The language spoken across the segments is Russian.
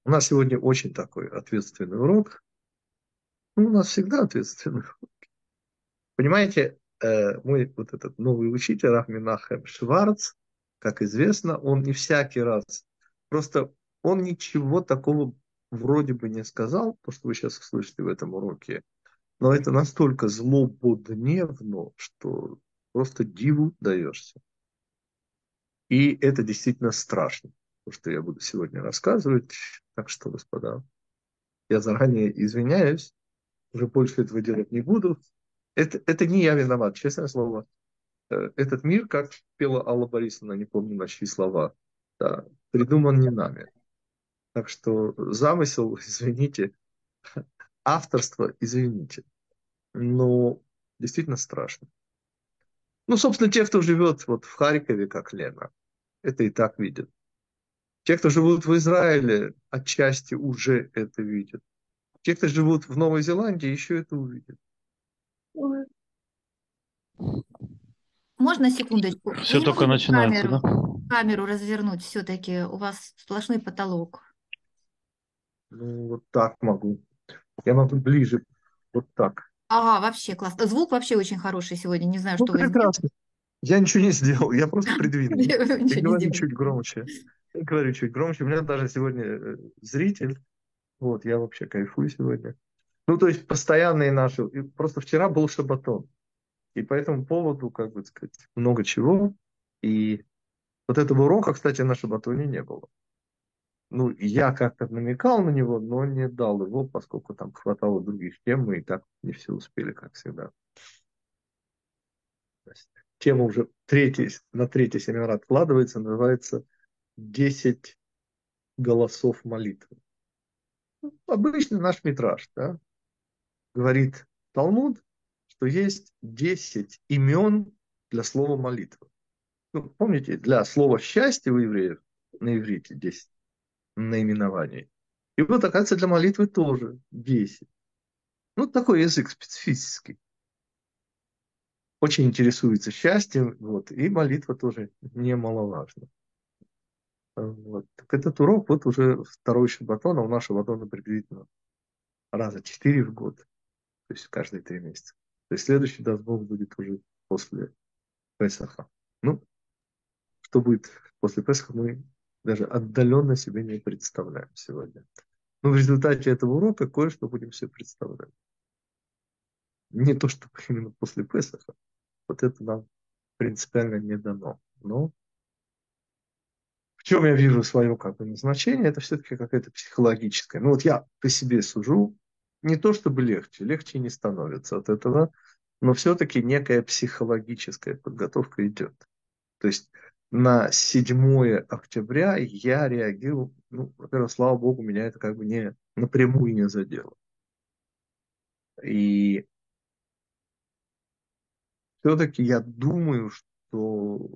У нас сегодня очень такой ответственный урок. Ну, у нас всегда ответственный. Понимаете, мой вот этот новый учитель, Рав Менахем Шварц, как известно, он не всякий раз, просто он ничего такого вроде бы не сказал, то, что вы сейчас услышите в этом уроке, но это настолько злободневно, что просто диву даешься. И это действительно страшно, то, что я буду сегодня рассказывать. Так что, господа, я заранее извиняюсь, уже больше этого делать не буду. Это не я виноват, честное слово. Этот мир, как пела Алла Борисовна, не помню на чьи слова, да, придуман не нами. Так что замысел, извините, авторство, извините. Но действительно страшно. Ну, собственно, те, кто живет вот в Харькове, как Лена, это и так видят. Те, кто живут в Израиле, отчасти уже это видят. Те, кто живут в Новой Зеландии, еще это увидят. Можно секундочку? Все Я не только могу начинается, да? камеру развернуть все-таки. У вас сплошной потолок. Ну, вот так могу. Я могу ближе. Вот так. Ага, вообще классно. Звук вообще очень хороший сегодня. Не знаю, Ну, что вы сделали. прекрасно. Я ничего не сделал, я просто придвинул. Вы Я ничего не говорю сделали. чуть громче. Я говорю чуть громче. У меня даже сегодня зритель. Вот, я вообще кайфую сегодня. Ну, то есть постоянные наши. И просто вчера был шабатон. И по этому поводу, как бы сказать, много чего. И вот этого урока, кстати, на шабатоне не было. Ну, я как-то намекал на него, но не дал его, поскольку там хватало других тем, мы и так не все успели, как всегда. То есть тема уже на третий семинар откладывается, называется «10 голосов молитвы». Обычный наш мидраш, да, говорит Талмуд, что есть 10 имен для слова молитва. Ну, помните, для слова счастье у евреев на иврите 10 наименований. И вот, оказывается, для молитвы тоже 10. Ну, такой язык специфический. Очень интересуется счастьем, вот, и молитва тоже немаловажна. Вот. Так этот урок вот уже второй шаббатон, а у нас шаббатона приблизительно раза 4 в год, то есть каждые 3 месяца. То есть следующий, даст Бог, будет уже после Песаха. Ну, что будет после Песаха, мы даже отдаленно себе не представляем сегодня. Но в результате этого урока кое-что будем себе представлять. Не то, что именно после Песаха. Вот это нам принципиально не дано. Но в чем я вижу свое как бы назначение, это все-таки какая-то психологическая. Ну вот я по себе сужу, не то чтобы легче, легче не становится от этого, но все-таки некая психологическая подготовка идет. То есть на 7 октября я реагирую, ну, во-первых, слава богу, меня это как бы не напрямую не задело. И все-таки я думаю, что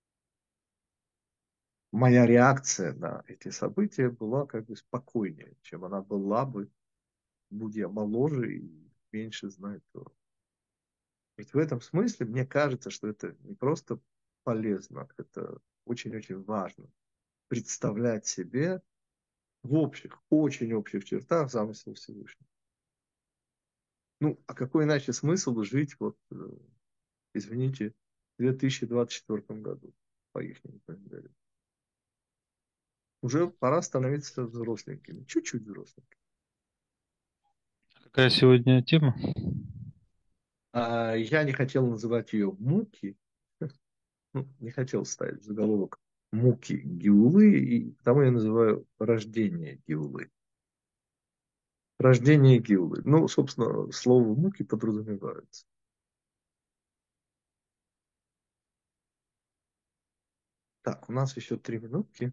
моя реакция на эти события была как бы спокойнее, чем она была бы, будь я моложе и меньше знаю то. Ведь в этом смысле мне кажется, что это не просто полезно, это очень-очень важно представлять себе в общих, очень общих чертах замысел Всевышнего. Ну, а какой иначе смысл жить, вот, извините, в 2024 году по их календарю? Уже пора становиться взросленькими, чуть-чуть взросленькими. Какая сегодня тема? Я не хотел называть ее муки, ну, не хотел ставить в заголовок муки Геулы, и потому я называю рождение Геулы. Рождение Геулы. Ну, собственно, слово муки подразумевается. Так, у нас еще 3 минутки.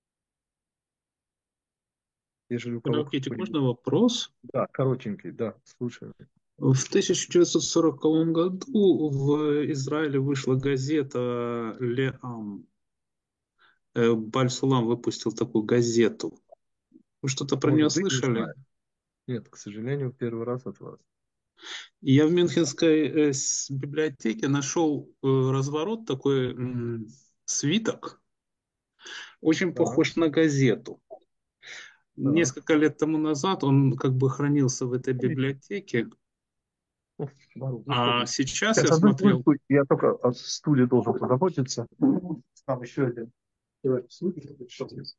Если у кого Равкетик, какой-нибудь... можно вопрос? Да, коротенький, да, слушаю. В 1940 году в Израиле вышла газета «Леам». Баль-Сулам выпустил такую газету. Вы что-то про нее Может быть, не слышали? знаю. Нет, к сожалению, первый раз от вас. И я в Мюнхенской библиотеке нашел разворот, такой свиток, очень Так, похож на газету. Да. несколько лет тому назад он как бы хранился в этой библиотеке, Ну, Барух, а заходи. сейчас я Сейчас одну смотрел, секундочку, я только о стуле должен позаботиться. Там еще один человек в студии, что здесь.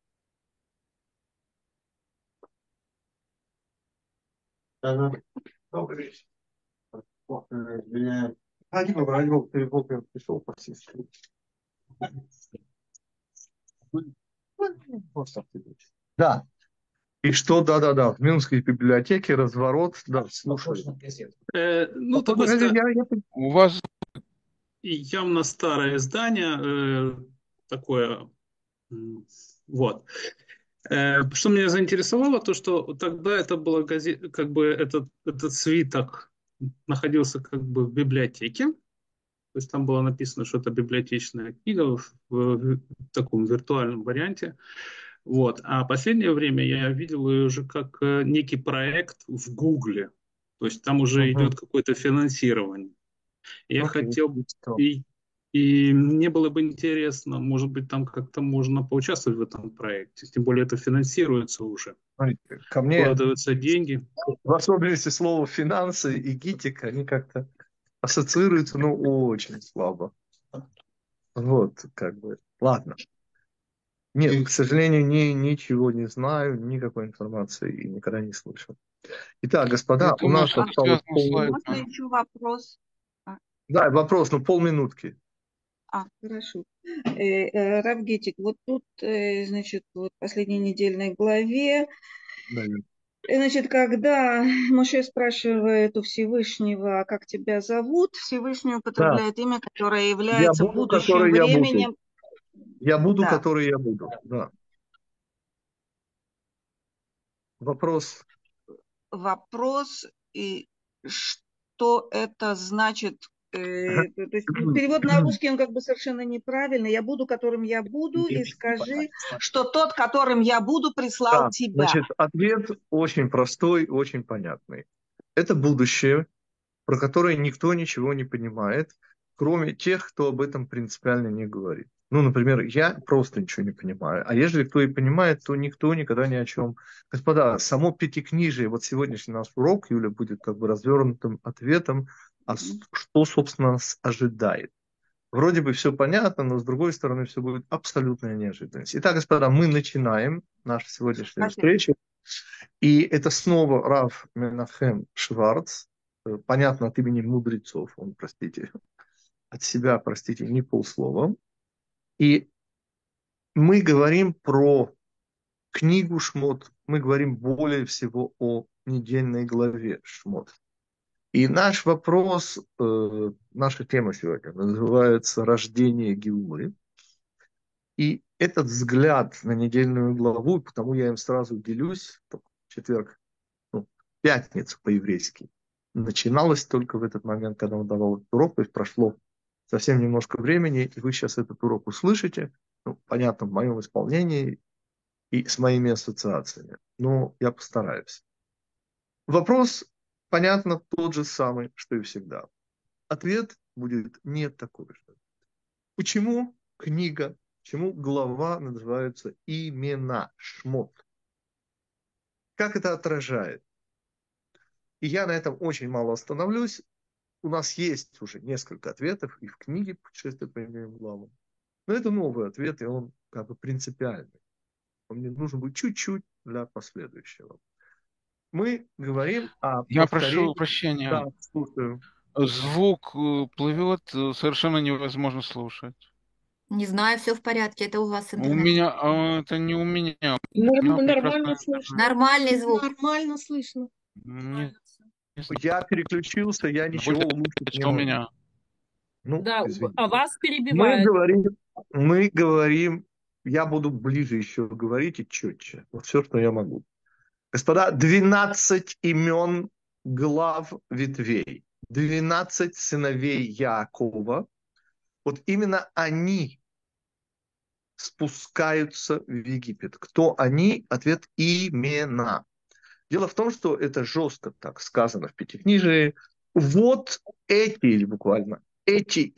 Ага. Добрый вечер. Извиняюсь. Ради бога, ты вовремя пришел, спасибо. Да. И что, да, в Мюнхенской библиотеке разворот, да, слушай. ну, такой У вас явно старое издание, такое, вот. Что меня заинтересовало, то что тогда это была газета, как бы этот свиток находился как бы в библиотеке, то есть там было написано, что это библиотечная книга в таком виртуальном варианте. Вот. А последнее время я видел ее уже как некий проект в Гугле. То есть там уже Угу. идет какое-то финансирование. Я Окей. хотел, и, и мне было бы интересно, может быть, там как-то можно поучаствовать в этом проекте. Тем более это финансируется уже. Смотрите, ко мне, Вкладываются деньги. в особенности слово финансы и гитика, они как-то ассоциируются, ну, очень слабо. Вот, как бы, ладно. Нет, к сожалению, ничего не знаю, никакой информации и никогда не слышал. Итак, я господа, у думаю, нас что это осталось связано с полминутки. Можно лайками. еще вопрос? Да, вопрос, ну полминутки. Хорошо. Равгетик, вот тут, значит, вот в последней недельной главе, Да. значит, когда Моше спрашивает у Всевышнего, как тебя зовут, Всевышний Да, употребляет имя, которое я является буду, будущим который я буду. временем. Я буду, Да. который я буду. Да. Вопрос. Вопрос, и что это значит? То есть перевод на русский, он как бы совершенно неправильный. Я буду, которым я буду, и скажи, что тот, которым я буду, прислал Да, тебя. значит, ответ очень простой, очень понятный. Это будущее, про которое никто ничего не понимает, кроме тех, кто об этом принципиально не говорит. Ну, например, я просто ничего не понимаю. А если кто и понимает, то никто никогда ни о чем. Господа, само пятикнижие, вот сегодняшний наш урок, Юля, будет как бы развернутым ответом, что, собственно, нас ожидает. Вроде бы все понятно, но с другой стороны все будет абсолютная неожиданность. Итак, господа, мы начинаем нашу сегодняшнюю Спасибо. встречу. И это снова Рав Менахем Шварц, понятно, от имени мудрецов, он, простите, от себя, простите, не полслова. И мы говорим про книгу Шмот, мы говорим более всего о недельной главе Шмот. И наш вопрос, наша тема сегодня называется «Рождение Геулы». И этот взгляд на недельную главу, потому я им сразу делюсь, в четверг, пятницу по-еврейски, начиналось только в этот момент, когда он давал этот урок, то есть прошло совсем немножко времени, и вы сейчас этот урок услышите, ну, понятно, в моем исполнении и с моими ассоциациями, но я постараюсь. Вопрос, понятно, тот же самый, что и всегда. Ответ будет не такой же. Почему книга, почему глава называется именно Шмот? Как это отражает? И я на этом очень мало остановлюсь. У нас есть уже несколько ответов и в книге «Путешествие по именным главам». Но это новый ответ, и он как бы принципиальный. Он мне нужен будет чуть-чуть для последующего. Мы говорим о Я повторении. прошу прощения. Да, слушаю. Звук плывет, совершенно невозможно слушать. Не знаю, все в порядке, это у вас с У интернетом. меня, это не у меня. У меня Нормально прекрасно. слышно. Нормальный звук. Нормально слышно. Не знаю. Я переключился, я ничего Будет, улучшить не что у могу. меня. Ну, Да, извините. а вас Мы перебивает. говорим, я буду ближе еще говорить и четче. Вот все, что я могу. Господа, 12 имен глав ветвей, 12 сыновей Яакова. Вот именно они спускаются в Египет. Кто они? Ответ – имена. Дело в том, что это жестко так сказано в Пятикнижии. Вот эти, или буквально, эти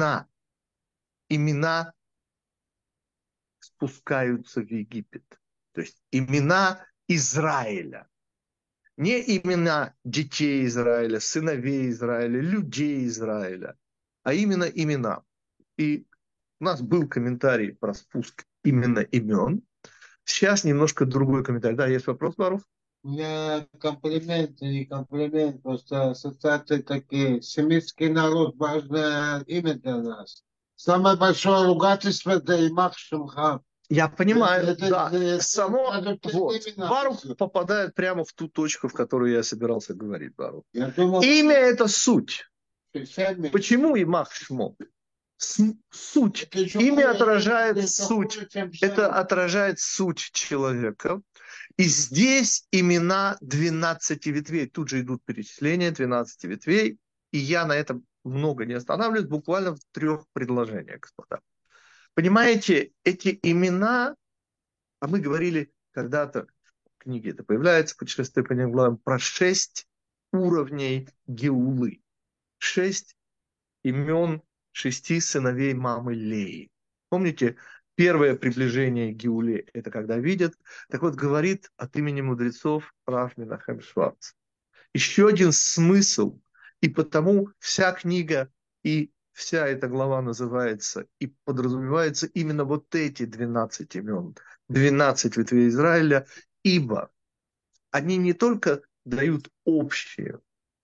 имена спускаются в Египет. То есть имена Израиля. Не имена детей Израиля, сыновей Израиля, людей Израиля, а именно имена. И у нас был комментарий про спуск именно имен. Сейчас немножко другой комментарий. Да, есть вопрос, Барух? У меня комплимент, не комплимент, просто ассоциации такие. Семитский народ, важное имя для нас. Самое большое ругательство — это Имах Шимха. Я понимаю, да. Это Само, даже вот, имена Барух пишут. попадает прямо в ту точку, в которую я собирался говорить, Барух. Я думал, Имя – это суть. сами. Почему Имах Шмо? Суть. Это еще Имя хуже, отражает это суть. хуже, чем Это Шем. отражает суть человека. И здесь имена 12 ветвей. Тут же идут перечисления 12 ветвей. И я на этом много не останавливаюсь, буквально в 3 предложениях, господа. Понимаете, эти имена, а мы говорили когда-то, в книге это появляется, путешествие по главам, про 6 уровней Геулы. 6 имен 6 сыновей мамы Леи. Помните, первое приближение к Геуле – это когда видят. Так вот, говорит от имени мудрецов Рав Менахем Шварц. Еще один смысл, и потому вся книга и вся эта глава называется и подразумевается именно вот эти 12 имен, 12 ветвей Израиля, ибо они не только дают общий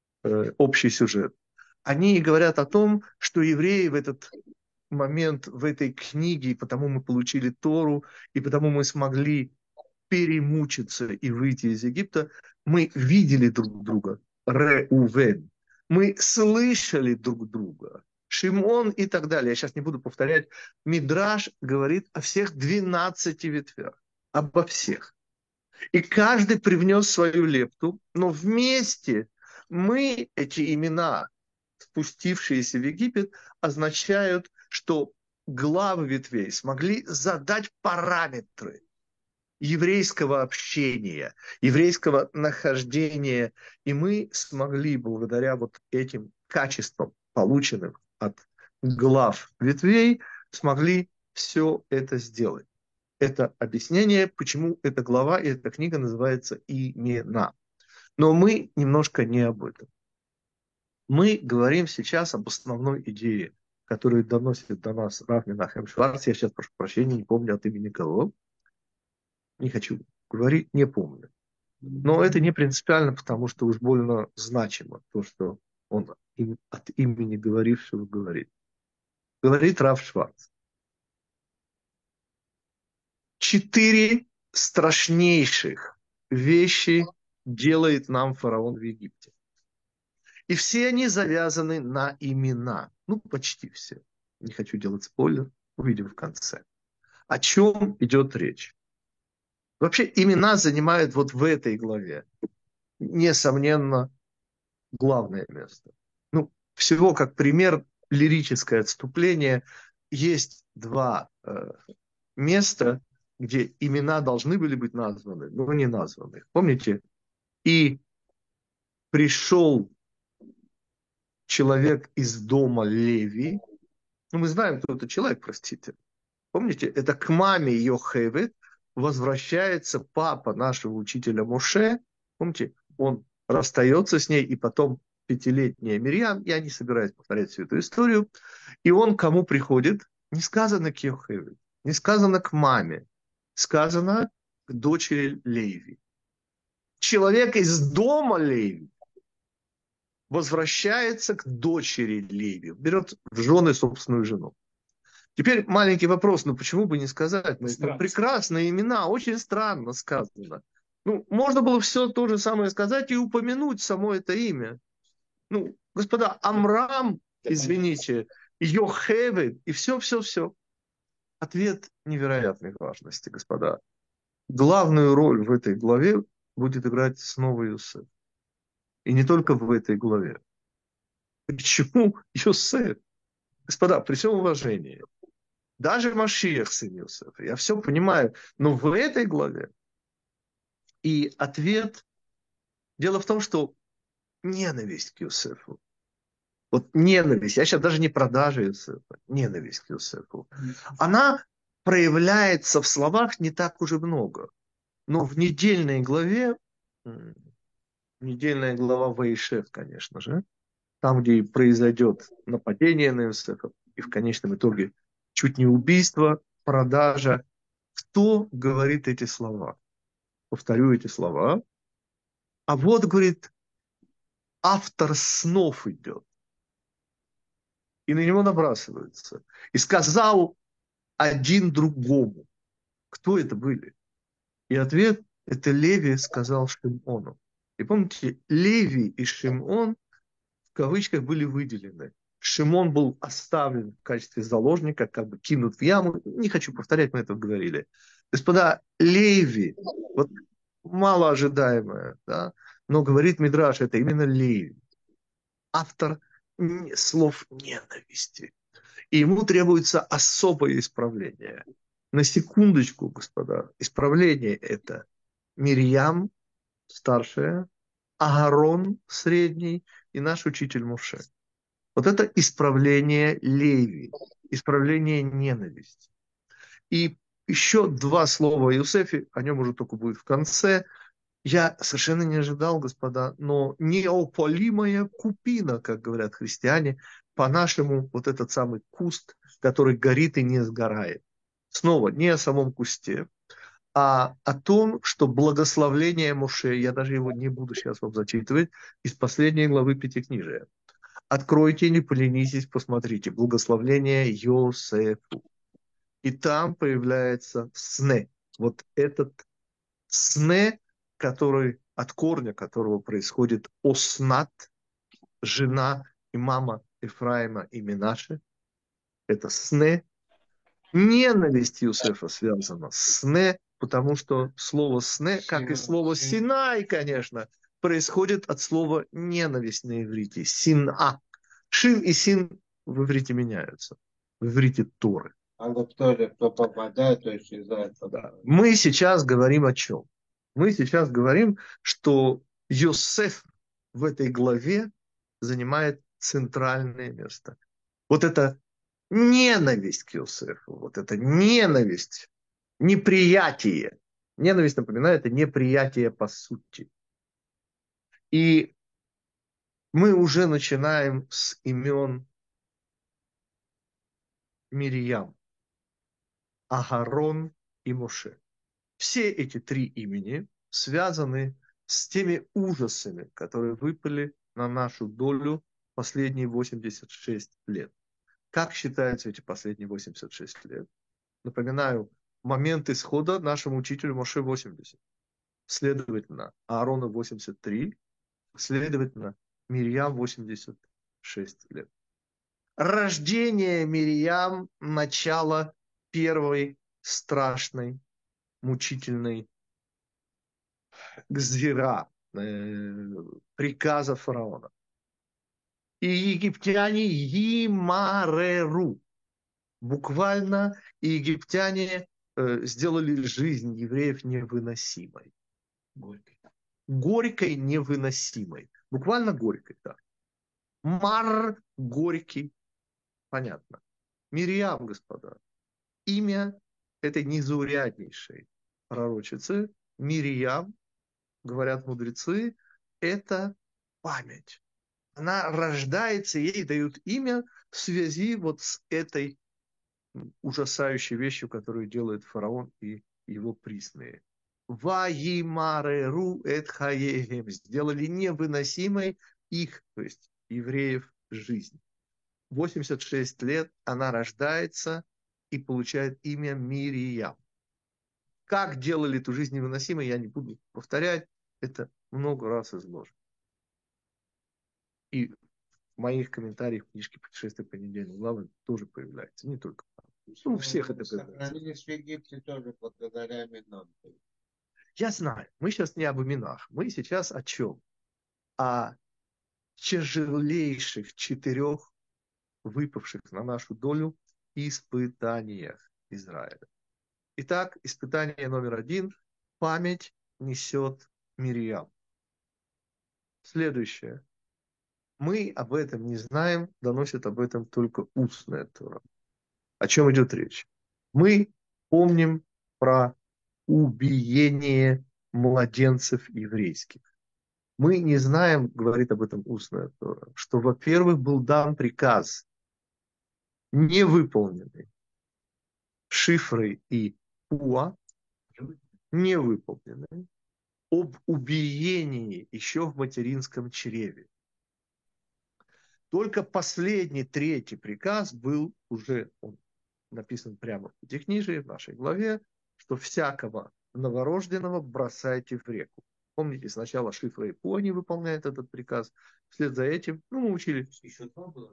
сюжет, они и говорят о том, что евреи в этот момент, в этой книге, и потому мы получили Тору, и потому мы смогли перемучиться и выйти из Египта, мы видели друг друга, Реувен, мы слышали друг друга, Шимон и так далее. Я сейчас не буду повторять. Мидраш говорит о всех 12 ветвях, обо всех. И каждый привнес свою лепту, но вместе мы, эти имена, спустившиеся в Египет, означают, что главы ветвей смогли задать параметры еврейского общения, еврейского нахождения. И мы смогли, благодаря вот этим качествам, полученным от глав ветвей, смогли все это сделать. Это объяснение, почему эта глава и эта книга называется «Имена». Но мы немножко не об этом. Мы говорим сейчас об основной идее, которую доносит до нас Рав Менахем Шварц. Я сейчас прошу прощения, не помню от имени кого. Не хочу говорить, не помню. Но это не принципиально, потому что уж больно значимо то, что он от имени говорившего говорит. Говорит Рав Шварц. 4 страшнейших вещи делает нам фараон в Египте. И все они завязаны на имена. Ну, почти все. Не хочу делать спойлер. Увидим в конце. О чем идет речь? Вообще имена занимают вот в этой главе, несомненно, главное место. Ну, всего как пример, лирическое отступление. Есть 2 места, где имена должны были быть названы, но не названы. Помните? И пришел человек из дома Леви. Ну, мы знаем, кто это человек, простите. Помните? Это к маме Йохевед возвращается папа нашего учителя Моше. Помните? Он расстается с ней, и потом 5-летняя Мирьям, я не собираюсь повторять всю эту историю, и он кому приходит? Не сказано к Йохевед, не сказано к маме, сказано к дочери Леви. Человек из дома Леви возвращается к дочери Леви, берет в жены собственную жену. Теперь маленький вопрос, ну почему бы не сказать? Ну, прекрасные имена, очень странно сказано. Ну, можно было все то же самое сказать и упомянуть само это имя. Ну, господа, Амрам, извините, Йохевед и все. Ответ невероятной важности, господа. Главную роль в этой главе будет играть снова Йосеф. И не только в этой главе. Почему Йосеф? Господа, при всем уважении, даже Машиах сын Йосефа, я все понимаю, но в этой главе и ответ, дело в том, что ненависть к Йосефу, вот ненависть, я сейчас даже не про даже Йосефа, ненависть к Йосефу, она проявляется в словах не так уже много. Но в недельной главе, недельная глава Ваишев, конечно же, там, где и произойдет нападение на Иосифа, и в конечном итоге чуть не убийство, продажа. Кто говорит эти слова? Повторю эти слова. А вот, говорит, автор снов идет. И на него набрасываются. И сказал один другому. Кто это были? И ответ – это Леви сказал Шимону. И помните, Леви и Шимон в кавычках были выделены. Шимон был оставлен в качестве заложника, как бы кинут в яму. Не хочу повторять, мы это говорили. Господа, Леви, вот малоожидаемое, да, но говорит Мидраш, это именно Леви, автор слов ненависти. И ему требуется особое исправление. На секундочку, господа, исправление это Мирьям, старшая, Аарон, средний, и наш учитель Моше. Вот это исправление Леви, исправление ненависти. И еще два слова о Иосифе, о нем уже только будет в конце. Я совершенно не ожидал, господа, но неопалимая купина, как говорят христиане, по-нашему вот этот самый куст, который горит и не сгорает. Снова не о самом кусте, а о том, что благословление Моше, я даже его не буду сейчас вам зачитывать, из последней главы Пятикнижия. Откройте, не поленитесь, посмотрите. Благословление Йосефу. И там появляется сне. Вот этот сне, который, от корня которого происходит Оснат, жена и мама Ефраима и Менаше. Это сне. Ненависть Юсефа связана с сне, потому что слово сне, как и слово Синай, конечно, происходит от слова ненависть на иврите. Син-а. Шин и син в иврите меняются. В иврите Торы. А вот тоже, кто попадает, то исчезает. Да. Мы сейчас говорим о чем? Мы сейчас говорим, что Йосеф в этой главе занимает центральное место. Вот это ненависть к Йосефу, вот это ненависть, неприятие. Ненависть, напоминаю, это неприятие по сути. И мы уже начинаем с имен Мирьям, Агарон и Моше. Все эти три имени связаны с теми ужасами, которые выпали на нашу долю последние 86 лет. Как считаются эти последние 86 лет? Напоминаю, момент исхода нашему учителю Моше 80. Следовательно, Аарона 83. Следовательно, Мирьям 86 лет. Рождение Мирьям – начало первой страшной, мучительной гзира, приказа фараона. И египтяне Йимареру. Буквально египтяне сделали жизнь евреев невыносимой. Горькой невыносимой. Буквально горькой, да. Мар горький. Понятно. Мирьям, господа. Имя этой незауряднейшей пророчицы Мирьям, говорят мудрецы, это память. Она рождается, ей дают имя в связи вот с этой ужасающей вещью, которую делает фараон и его присные. Ваимареру эт хаегем. Сделали невыносимой их, то есть евреев, жизнь. 86 лет она рождается и получает имя Мирьям. Как делали эту жизнь невыносимой, я не буду повторять. Это много раз изложено. И в моих комментариях в книжке «Путешествие по недельной главы» тоже появляется. Не только там. Ну, у всех это появляется. Сохранились в Египте тоже благодаря именам. Я знаю, мы сейчас не об именах. Мы сейчас о чем? О тяжелейших 4 выпавших на нашу долю испытаниях Израиля. Итак, испытание номер 1. Память несет Мирьям. Следующее. Мы об этом не знаем, доносит об этом только устная Тора. О чем идет речь? Мы помним про убиение младенцев еврейских. Мы не знаем, говорит об этом устная Тора, что, во-первых, был дан приказ, не выполненный Шифрой и Пуа, не выполненный, об убиении еще в материнском чреве. Только последний, третий приказ был уже, он написан прямо в Пятикнижии, в нашей главе, что всякого новорожденного бросайте в реку. Помните, сначала Шифра и Пуа не выполняют этот приказ, вслед за этим, мы учили. Еще два было.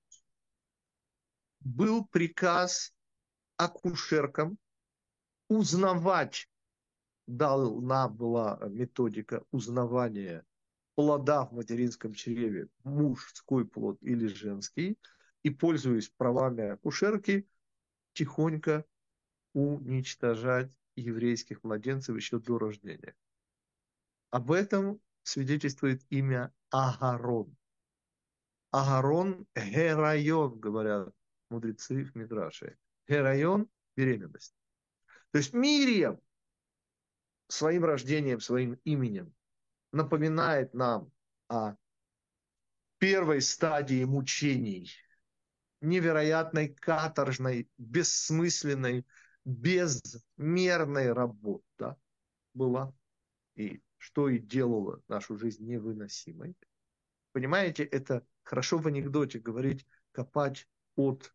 Был приказ акушеркам узнавать, дана была методика узнавания плода в материнском чреве, мужской плод или женский, и, пользуясь правами акушерки, тихонько уничтожать еврейских младенцев еще до рождения. Об этом свидетельствует имя Агарон. Агарон – герайон, говорят мудрецы в Мидраше. Герайон – беременность. То есть Мирьям своим рождением, своим именем напоминает нам о первой стадии мучений, невероятной, каторжной, бессмысленной, безмерной работы была, и что и делало нашу жизнь невыносимой. Понимаете, это хорошо в анекдоте говорить, копать от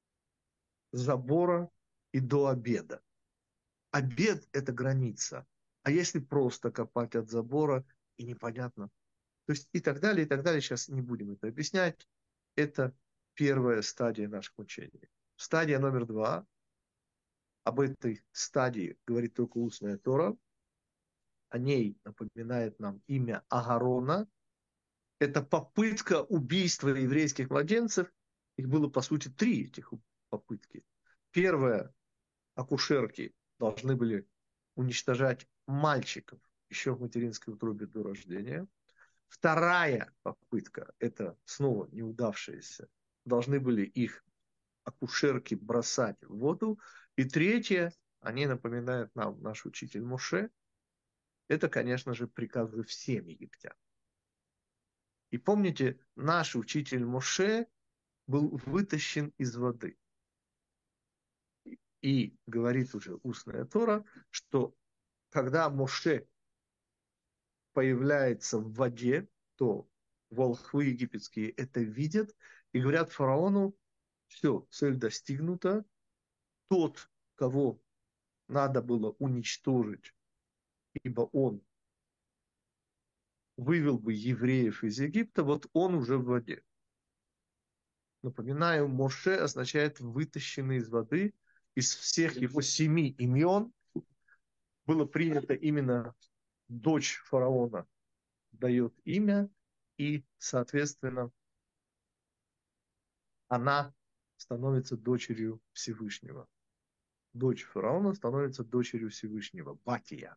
забора и до обеда. Обед – это граница. А если просто копать от забора и непонятно, то есть и так далее, сейчас не будем это объяснять. Это первая стадия наших мучений. Стадия номер 2, об этой стадии говорит только устная Тора, о ней напоминает нам имя Агарона. Это попытка убийства еврейских младенцев. Их было, по сути, 3 этих попытки. Первая, акушерки должны были уничтожать мальчиков еще в материнской утробе до рождения. Вторая попытка, это снова неудавшаяся, должны были их акушерки бросать в воду. И третья, они напоминают нам наш учитель Моше, это, конечно же, приказы всем египтянам. И помните, наш учитель Моше был вытащен из воды. И говорит уже устная Тора, что когда Моше появляется в воде, то волхвы египетские это видят и говорят фараону: все, цель достигнута, тот, кого надо было уничтожить, ибо он вывел бы евреев из Египта, вот он уже в воде. Напоминаю, Моше означает вытащенный из воды. Из всех его 7 имен было принято именно дочь фараона дает имя, и, соответственно, она становится дочерью Всевышнего. Дочь фараона становится дочерью Всевышнего, Батия.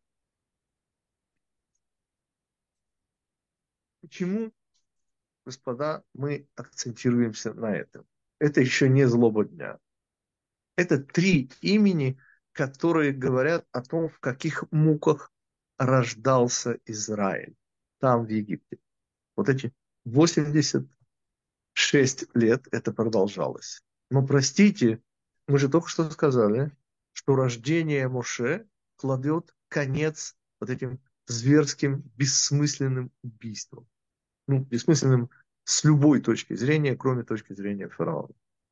Почему, господа, мы акцентируемся на этом? Это еще не злоба дня. Это 3 имени, которые говорят о том, в каких муках рождался Израиль там, в Египте. Вот эти 86 лет это продолжалось. Но простите, мы же только что сказали, что рождение Моше кладет конец вот этим зверским, бессмысленным убийствам. Ну, бессмысленным с любой точки зрения, кроме точки зрения фараона.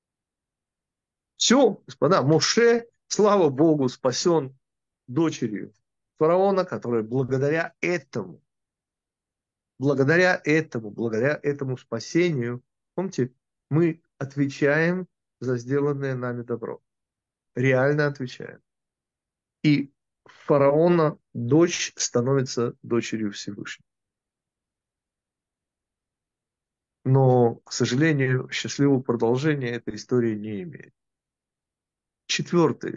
Все, господа, Моше, слава Богу, спасен дочерью фараона, которая благодаря этому спасению, помните, мы отвечаем за сделанное нами добро. Реально отвечаем. И фараона дочь становится дочерью Всевышнего. Но, к сожалению, счастливого продолжения эта история не имеет. 4.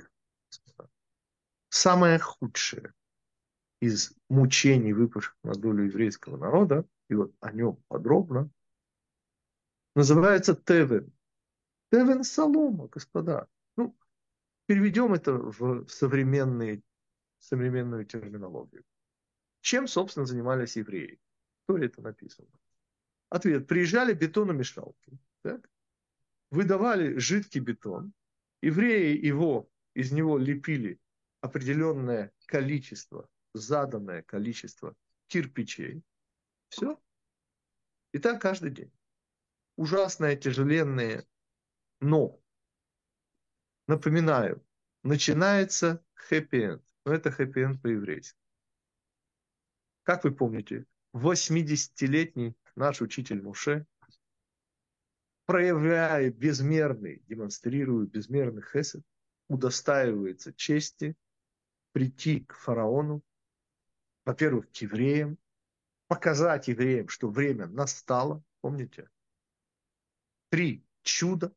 Самое худшее из мучений, выпавших на долю еврейского народа, и вот о нем подробно, называется Тевен. Тевен – солома, господа. Ну, переведем это в современные современную терминологию. Чем, собственно, занимались евреи? В Торе это написано. Ответ. Приезжали бетономешалки, так? Выдавали жидкий бетон, евреи из него лепили определенное количество, заданное количество кирпичей. Все. И так каждый день. Ужасное, тяжеленное, но, напоминаю, начинается хэппи-энд. Но это хэппи-энд по-еврейски. Как вы помните, 80-летний наш учитель Моше, проявляя демонстрируя безмерный хесед, удостаивается чести прийти к фараону, во-первых, к евреям, показать евреям, что время настало, помните? 3 чуда.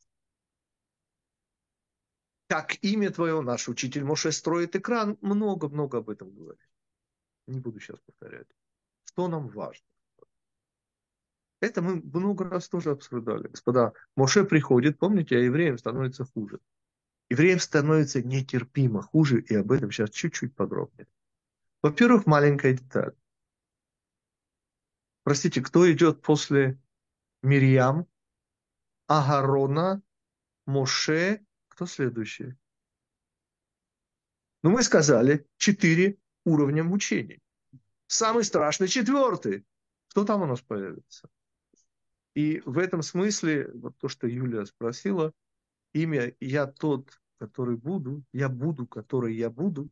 Как имя твое, наш учитель Моше строит экран, много-много об этом говорит. Не буду сейчас повторять. Что нам важно? Это мы много раз тоже обсуждали. Господа, Моше приходит, помните, а евреям становится хуже. Евреям становится нетерпимо хуже, и об этом сейчас чуть-чуть подробнее. Во-первых, маленькая деталь. Простите, кто идет после Мирьям, Агарона, Моше? Кто следующий? Ну, мы сказали 4 уровня мучений. Самый страшный 4. Кто там у нас появится? И в этом смысле, вот то, что Юлия спросила, имя «Я тот, который буду», «Я буду, который я буду»,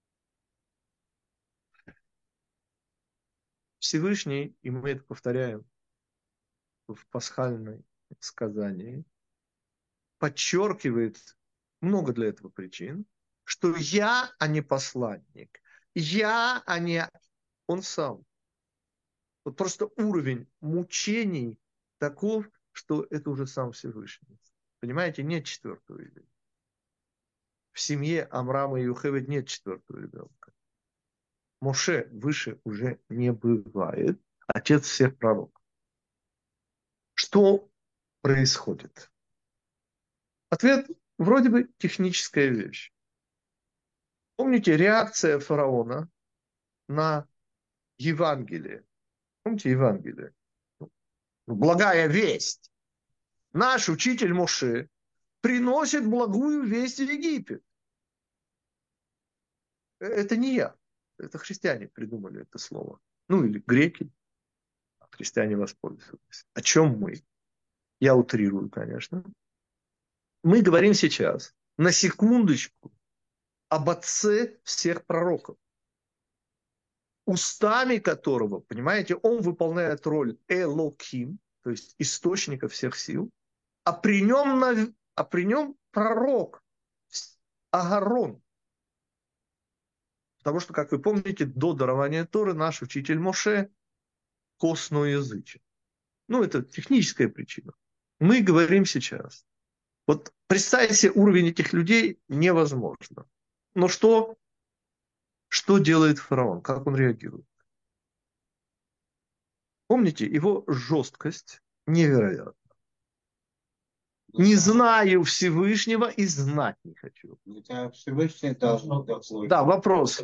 Всевышний, и мы это повторяем в пасхальном сказании, подчеркивает много для этого причин, что я, а не посланник, я, а не он сам. Вот просто уровень мучений таков, что это уже сам Всевышний. Понимаете, нет 4-го ребенка. В семье Амрама и Йохевед нет 4-го ребенка. Моше выше уже не бывает. Отец всех пророков. Что происходит? Ответ вроде бы техническая вещь. Помните реакция фараона на Евангелие? Помните Евангелие? Благая весть. Наш учитель Моше приносит благую весть в Египет. Это не я. Это христиане придумали это слово. Ну или греки. Христиане воспользовались. О чем мы? Я утрирую, конечно. Мы говорим сейчас, на секундочку, об отце всех пророков. Устами которого, понимаете, он выполняет роль Элоким, то есть источника всех сил, а при нем пророк Агарон. Потому что, как вы помните, до дарования Торы наш учитель Моше косноязычен. Ну, это техническая причина. Мы говорим сейчас. Вот представить себе уровень этих людей невозможно. Но что делает фараон? Как он реагирует? Помните, его жесткость невероятна. Не знаю Всевышнего и знать не хочу. Всевышний должен доплыть. Да, вопрос.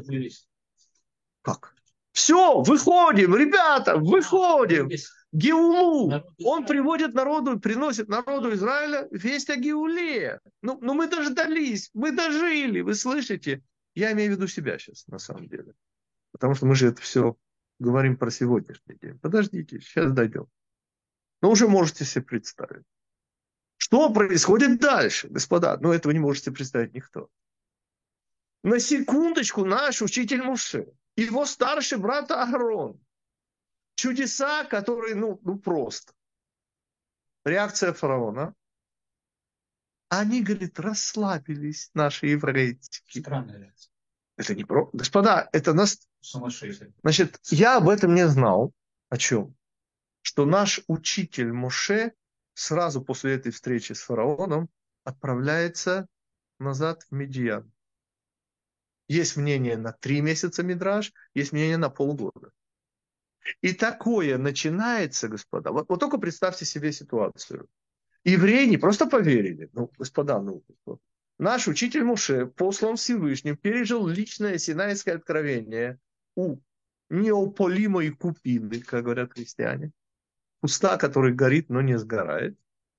Как? Все, выходим, ребята, выходим. Геулу. Он приводит народу, приносит народу Израиля весть о Геуле. Ну мы дождались, мы дожили, вы слышите? Я имею в виду себя сейчас, на самом деле. Потому что мы же это все говорим про сегодняшний день. Подождите, сейчас дойдем. Но уже можете себе представить. Что происходит дальше, господа? Ну, этого не можете представить никто. На секундочку наш учитель Моше, его старший брат Аарон. Чудеса, которые, просто. Реакция фараона. Они, говорит, расслабились, наши еврейские. Странная реакция. Это не про... Господа, это нас... Сумасшедший. Значит, я об этом не знал. О чем? Что наш учитель Моше сразу после этой встречи с фараоном отправляется назад в Медиан. Есть мнение на 3 месяца мидраш, есть мнение на полгода. И такое начинается, господа. Вот только представьте себе ситуацию. Евреи не просто поверили. Господа, Наш учитель Моше, послан Всевышним, пережил личное синайское откровение у неопалимой купины, как говорят христиане, куста, который горит, но не сгорает.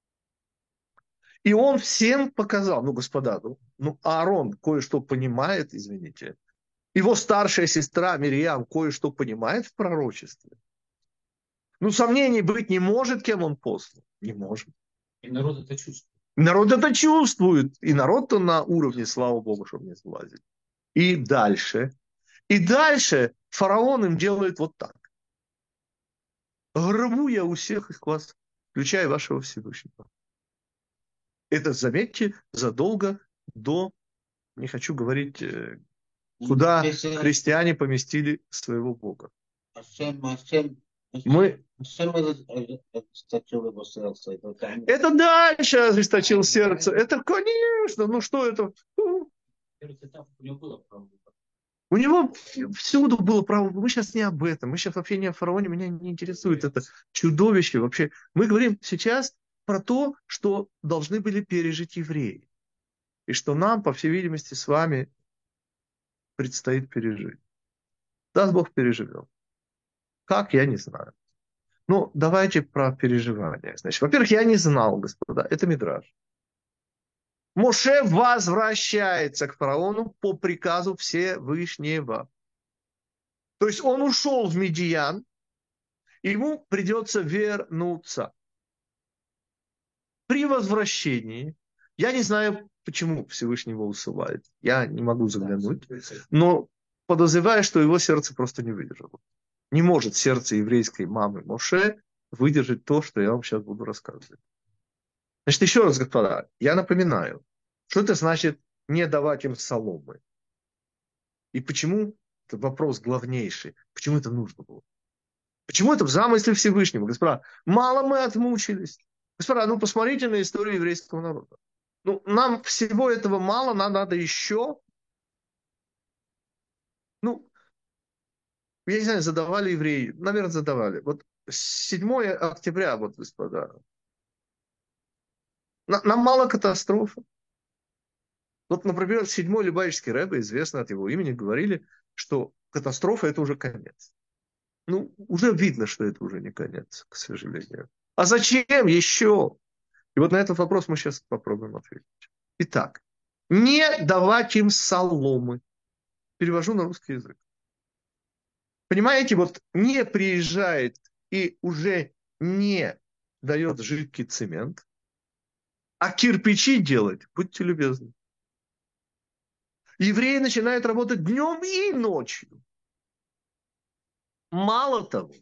И он всем показал, ну, господа, Аарон кое-что понимает, извините, его старшая сестра Мирьям кое-что понимает в пророчестве. Ну, сомнений быть не может, кем он послан. Не может. И народ это чувствует. Народ это чувствует. И народ-то на уровне, слава Богу, чтобы не сглазить. И дальше. И дальше фараон им делает вот так. Гробу я у всех их вас, включая вашего Всевышнего. Это, заметьте, задолго до, не хочу говорить, куда христиане поместили своего Бога. Мы... Это дальше ожесточил сердце. Это, конечно, ну что это? У него всюду было право. Мы сейчас не об этом. Мы сейчас вообще не о фараоне. Меня не интересует это чудовище вообще. Мы говорим сейчас про то, что должны были пережить евреи. И что нам, по всей видимости, с вами предстоит пережить. Даст Бог, переживем. Как, я не знаю. Ну, давайте про переживания. Значит, во-первых, я не знал, господа, это мидраш. Моше возвращается к фараону по приказу Всевышнего. То есть он ушел в Мидиян, ему придется вернуться. При возвращении, я не знаю, почему Всевышний его усылает, я не могу заглянуть, но подозреваю, что его сердце просто не выдержало. Не может сердце еврейской мамы Моше выдержать то, что я вам сейчас буду рассказывать. Значит, еще раз, господа, я напоминаю, что это значит не давать им соломы. И почему, это вопрос главнейший, почему это нужно было? Почему это в замысле Всевышнего? Господа, мало мы отмучились. Господа, ну посмотрите на историю еврейского народа. Ну, нам всего этого мало, нам надо еще. Ну, я не знаю, задавали евреи, наверное, задавали. Вот 7 октября, вот, господа, нам мало катастрофы. Вот, например, 7-й Любавичский рэбе, известно от его имени, говорили, что катастрофа – это уже конец. Ну, уже видно, что это уже не конец, к сожалению. А зачем еще? И вот на этот вопрос мы сейчас попробуем ответить. Итак, не давать им соломы. Перевожу на русский язык. Понимаете, вот не приезжает и уже не дает жидкий цемент, а кирпичи делать, будьте любезны. Евреи начинают работать днем и ночью. Мало того,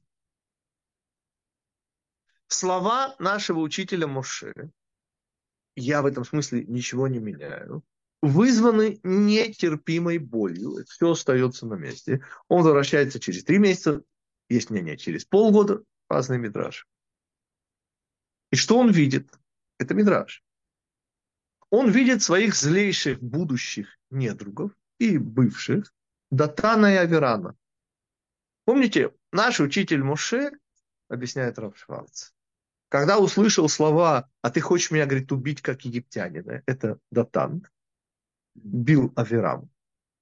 слова нашего учителя Моше, я в этом смысле ничего не меняю, вызваны нетерпимой болью. Все остается на месте. Он возвращается через 3 месяца, есть мнение, через полгода, разный мидраш. И что он видит? Это мидраш. Он видит своих злейших будущих недругов и бывших, Датана и Аверана. Помните, наш учитель Моше, объясняет Рав Шварц, когда услышал слова «а ты хочешь меня, говорит, убить, как египтянина», это Датан, бил Аверам.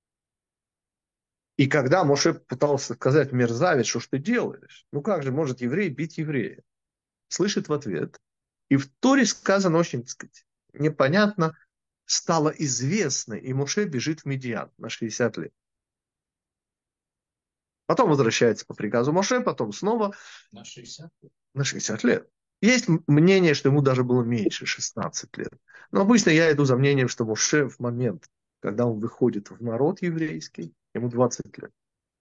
И когда Моше пытался сказать мерзавец, что ж ты делаешь? Ну как же может еврей бить еврея? Слышит в ответ. И в Торе сказано очень, так сказать, непонятно, стало известно, и Моше бежит в Мидиян на 60 лет. Потом возвращается по приказу Моше, потом снова На 60 лет. На 60 лет. Есть мнение, что ему даже было меньше, 16 лет. Но обычно я иду за мнением, что Моше в момент, когда он выходит в народ еврейский, ему 20 лет.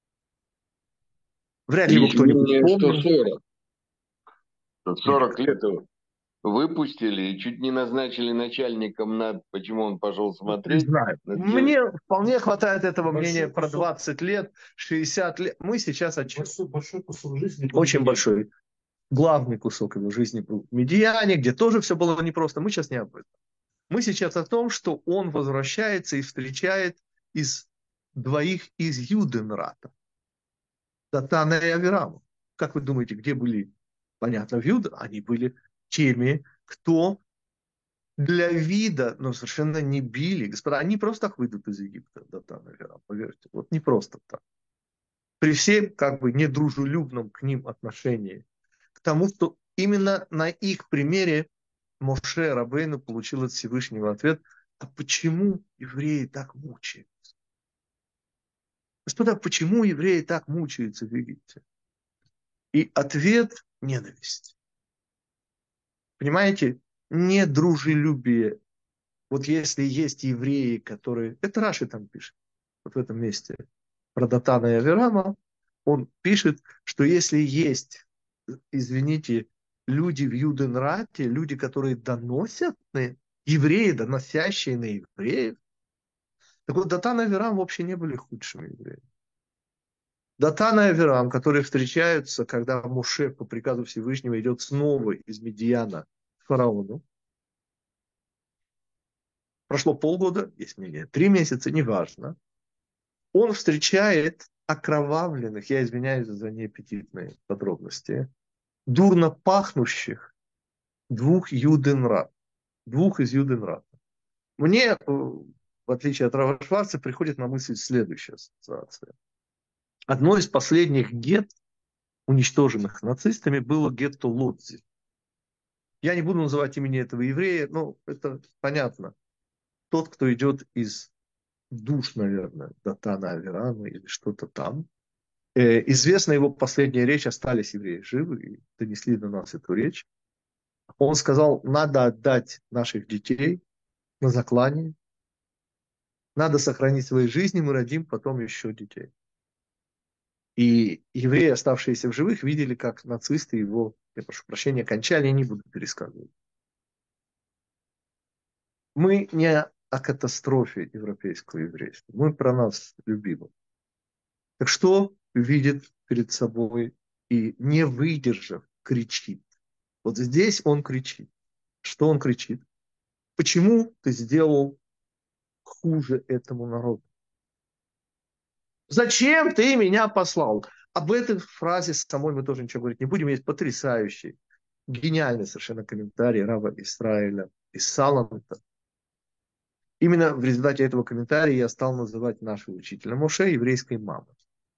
Вряд ли его Есть кто-нибудь мнение, что помнит. 40. Что 40 лет его выпустили и чуть не назначили начальником над, почему он пошел Не смотреть. знаю. над Мне вполне хватает этого Большой мнения про кусок. 20 лет, 60 лет. Мы сейчас о чем? Большой кусок жизни. был Очень Мидиян. большой. Главный кусок его жизни был в Мидияне, где тоже все было непросто. Мы сейчас не об этом. Мы сейчас о том, что он возвращается и встречает из двоих из Юденрата. Датана и Авирама. Как вы думаете, где были? Понятно, в Юда. Они были теми, кто для вида, но совершенно не били. Господа, они просто так выйдут из Египта, Датан и Авирам, поверьте. Вот не просто так. При всем как бы недружелюбном к ним отношении, к тому, что именно на их примере Моше Рабейну получил от Всевышнего ответ, а почему евреи так мучаются? Господа, почему евреи так мучаются в Египте? И ответ – ненависть. Понимаете, недружелюбие. Вот если есть евреи, которые... Это Раши там пишет, вот в этом месте, про Датана и Авирама. Он пишет, что если есть, извините, люди в Юденрате, люди, которые доносят на евреи, доносящие на евреев, так вот Датан и Авирам вообще не были худшими евреями. Датан и Авирам, которые встречаются, когда Моше по приказу Всевышнего идет снова из Медиана к фараону. Прошло полгода, есть мнение, 3 месяца, неважно. Он встречает окровавленных, я извиняюсь за неаппетитные подробности, дурно пахнущих двух Юденрат, двух из Юденрата. Мне, в отличие от Рава Шварца, приходит на мысль следующая ассоциация. Одно из последних гетто, уничтоженных нацистами, было гетто Лодзи. Я не буду называть имени этого еврея, но это понятно. Тот, кто идет из душ, наверное, Датана Авирама или что-то там. Известна его последняя речь, остались евреи живы и донесли до нас эту речь. Он сказал, надо отдать наших детей на заклание, надо сохранить свои жизни, мы родим потом еще детей. И евреи, оставшиеся в живых, видели, как нацисты его, я прошу прощения, кончали, я не буду пересказывать. Мы не о катастрофе европейского еврейства, мы про нас любимых. Так что видит перед собой и, не выдержав, кричит. Вот здесь он кричит. Что он кричит? Почему ты сделал хуже этому народу? Зачем ты меня послал? Об этой фразе самой мы тоже ничего говорить не будем. Есть потрясающий, гениальный совершенно комментарий Рава Исраиля из Саламата. Именно в результате этого комментария я стал называть нашего учителя Моше еврейской мамой.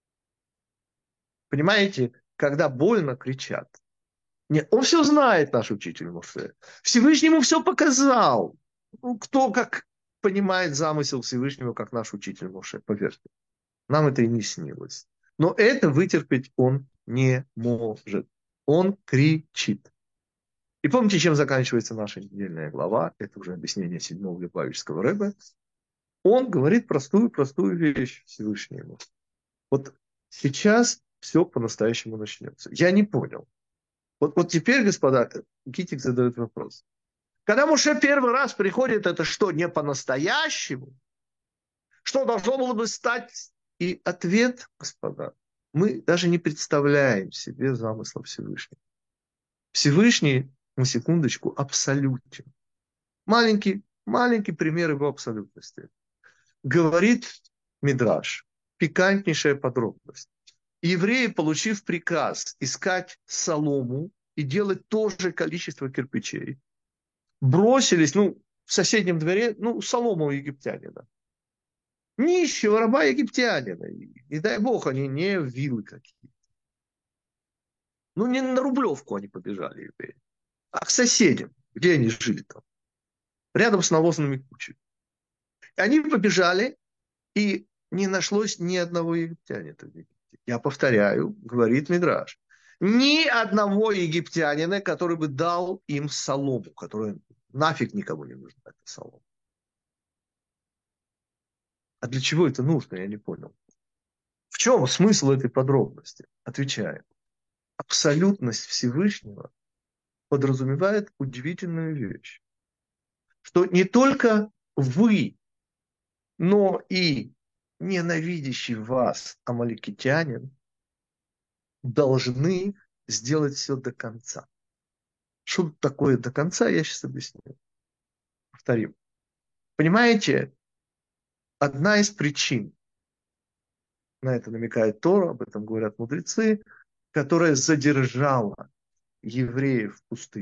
Понимаете, когда больно, кричат. Нет, он все знает, наш учитель Моше. Всевышнему все показал. Ну, кто как понимает замысел Всевышнего, как наш учитель Моше, поверьте. Нам это и не снилось. Но это вытерпеть он не может. Он кричит. И помните, чем заканчивается наша недельная глава? Это уже объяснение 7-го Любавичского рэбе. Он говорит простую вещь Всевышнему. Вот сейчас все по-настоящему начнется. Я не понял. Вот теперь, господа, Гитик задает вопрос. Когда Моше первый раз приходит, это что, не по-настоящему? Что должно было бы стать? И ответ, господа, мы даже не представляем себе замысла Всевышнего. Всевышний, на секундочку, абсолютен. Маленький пример его абсолютности. Говорит Мидраш, пикантнейшая подробность. Евреи, получив приказ искать солому и делать то же количество кирпичей, бросились, в соседнем дворе, солому у египтянина. Нищего раба египтянина. И дай бог, они не вилы какие-то. Не на Рублевку они побежали, евреи, а к соседям, где они жили там, рядом с навозными кучами. И они побежали, и не нашлось ни одного египтянина в Египте. Я повторяю, говорит Мидраш, ни одного египтянина, который бы дал им солому, которая нафиг никому не нужна, эта солома. А для чего это нужно, я не понял. В чем смысл этой подробности? Отвечаю. Абсолютность Всевышнего подразумевает удивительную вещь, что не только вы, но и ненавидящий вас амаликитянин должны сделать все до конца. Что такое до конца, я сейчас объясню. Повторим. Понимаете, одна из причин, на это намекает Тора, об этом говорят мудрецы, которая задержала евреев в пустыне,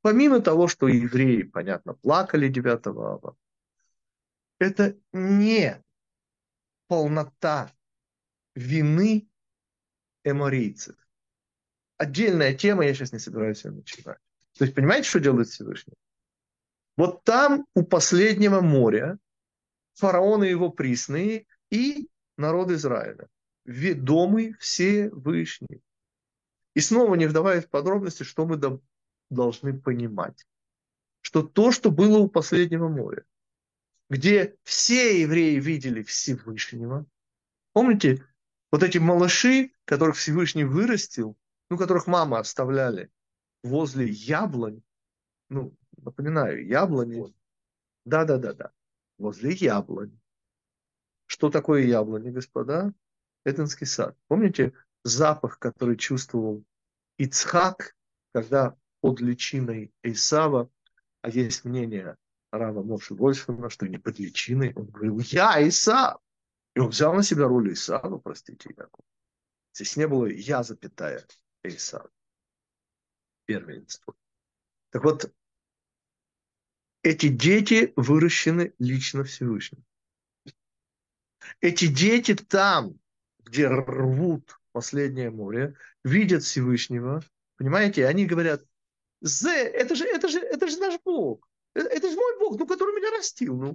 Помимо того, что евреи, понятно, плакали 9 ава, это не полнота вины эморийцев. Отдельная тема, я сейчас не собираюсь ее начинать. То есть, понимаете, что делает Всевышний? Вот там, у последнего моря, фараон и его присные и народ Израиля, ведомый Всевышний. И снова не вдаваясь в подробности, что мы должны понимать. Что то, что было у последнего моря, где все евреи видели Всевышнего. Помните, вот эти малыши, которых Всевышний вырастил, ну, которых мамы оставляли возле яблонь, ну, напоминаю, яблони, да, возле яблонь. Что такое яблони, господа? Эденский сад. Помните запах, который чувствовал Ицхак, когда под личиной Исава, а есть мнение Рава Моши Вольфсона, что не под личиной, он говорил: «Я Исав». И он взял на себя роль Исава, простите, Яков. Здесь не было «я, запятая, Исав». Первенство. Так вот, эти дети выращены лично Всевышним. Эти дети там, где рвут последнее море, видят Всевышнего, понимаете, они говорят: это же наш Бог, это же мой Бог, ну, который меня растил, ну.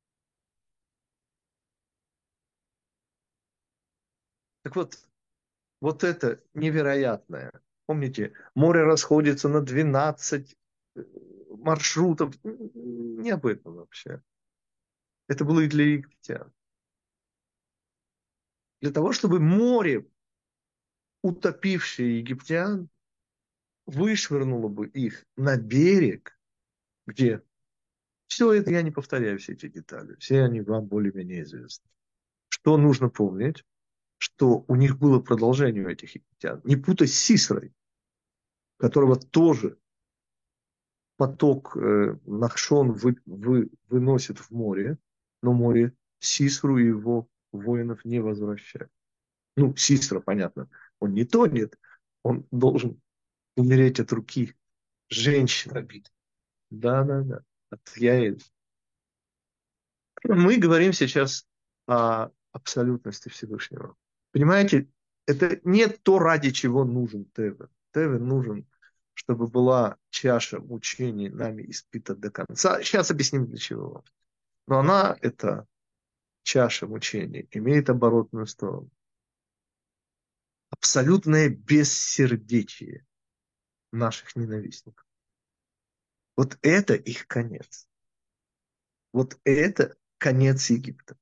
Так вот это невероятное. Помните, море расходится на 12 маршрутов. Не об этом вообще. Это было и для египтян. Для того, чтобы море, утопившее египтян, вышвырнуло бы их на берег, где все это, я не повторяю все эти детали, все они вам более-менее известны. Что нужно помнить? Что у них было продолжение у этих египтян. Не путать с Сисрой, которого тоже поток Нахшон выносит в море, но море Сисру и его воинов не возвращает. Ну, Сисра, понятно, он не тонет, он должен умереть от руки женщины. Да. От Яэль. Мы говорим сейчас о абсолютности Всевышнего. Понимаете, это не то, ради чего нужен Теве. Теве нужен, чтобы была чаша мучений нами испита до конца. Сейчас объясним для чего. Но она, эта чаша мучений, имеет оборотную сторону. Абсолютное бессердечие наших ненавистников. Вот это их конец. Вот это конец Египта.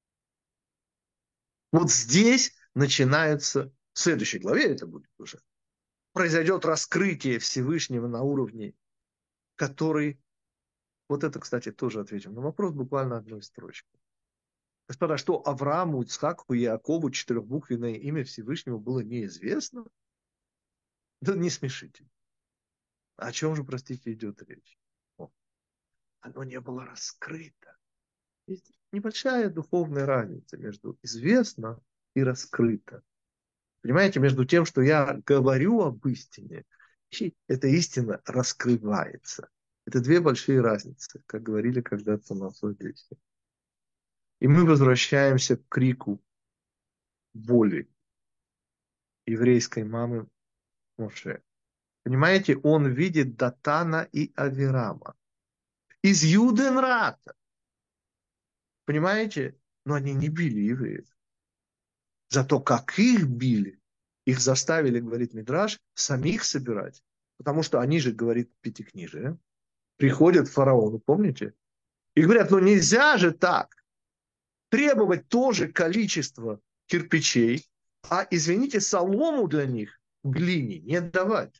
Вот здесь начинается, в следующей главе это будет уже, произойдет раскрытие Всевышнего на уровне, который, вот это, кстати, тоже ответим на вопрос буквально одной строчкой. Господа, что Аврааму, Ицхаку и Якову четырехбуквенное имя Всевышнего было неизвестно? Да не смешите. О чем же, простите, идет речь? Оно не было раскрыто. Есть небольшая духовная разница между известно и раскрыто. Понимаете, между тем, что я говорю об истине, и эта истина раскрывается. Это две большие разницы, как говорили когда-то на Словесии. И мы возвращаемся к крику боли еврейской мамы Моше. Понимаете, он видит Датана и Авирама из Юденрата. Понимаете? Но они не били евреев. Зато как их били, их заставили, говорит Мидраш, самих собирать. Потому что они же, говорит Пятикнижие, приходят к фараону, помните? И говорят: ну нельзя же так требовать то же количество кирпичей, а, извините, солому для них глине не давать.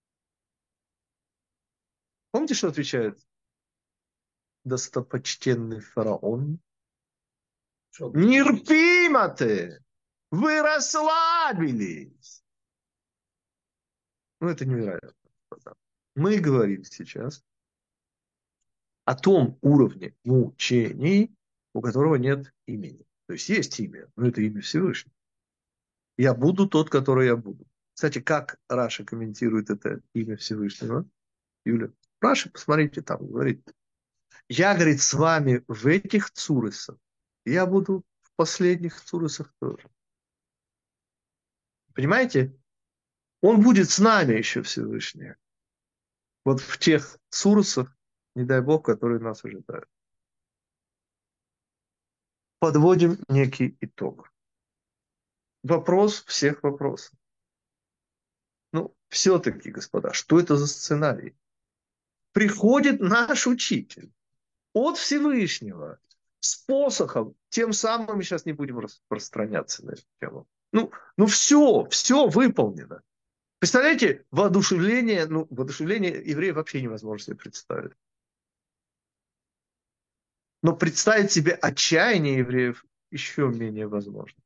Помните, что отвечает достопочтенный фараон? Нерпимо ты! Вы расслабились! Ну, это невероятно. Мы говорим сейчас о том уровне мучений, у которого нет имени. То есть есть имя, но это имя Всевышнего. Я буду тот, который я буду. Кстати, как Раша комментирует это имя Всевышнего? Юля? Раши, посмотрите, там говорит, я, говорит, с вами в этих цурысах, я буду в последних цурысах тоже. Понимаете? Он будет с нами еще Всевышний. Вот в тех цурусах, не дай Бог, которые нас ожидают. Подводим некий итог. Вопрос всех вопросов. Ну, все-таки, господа, что это за сценарий? Приходит наш учитель от Всевышнего с посохом, тем самым мы сейчас не будем распространяться на эту тему. Ну все выполнено. Представляете, воодушевление евреев вообще невозможно себе представить. Но представить себе отчаяние евреев еще менее возможно.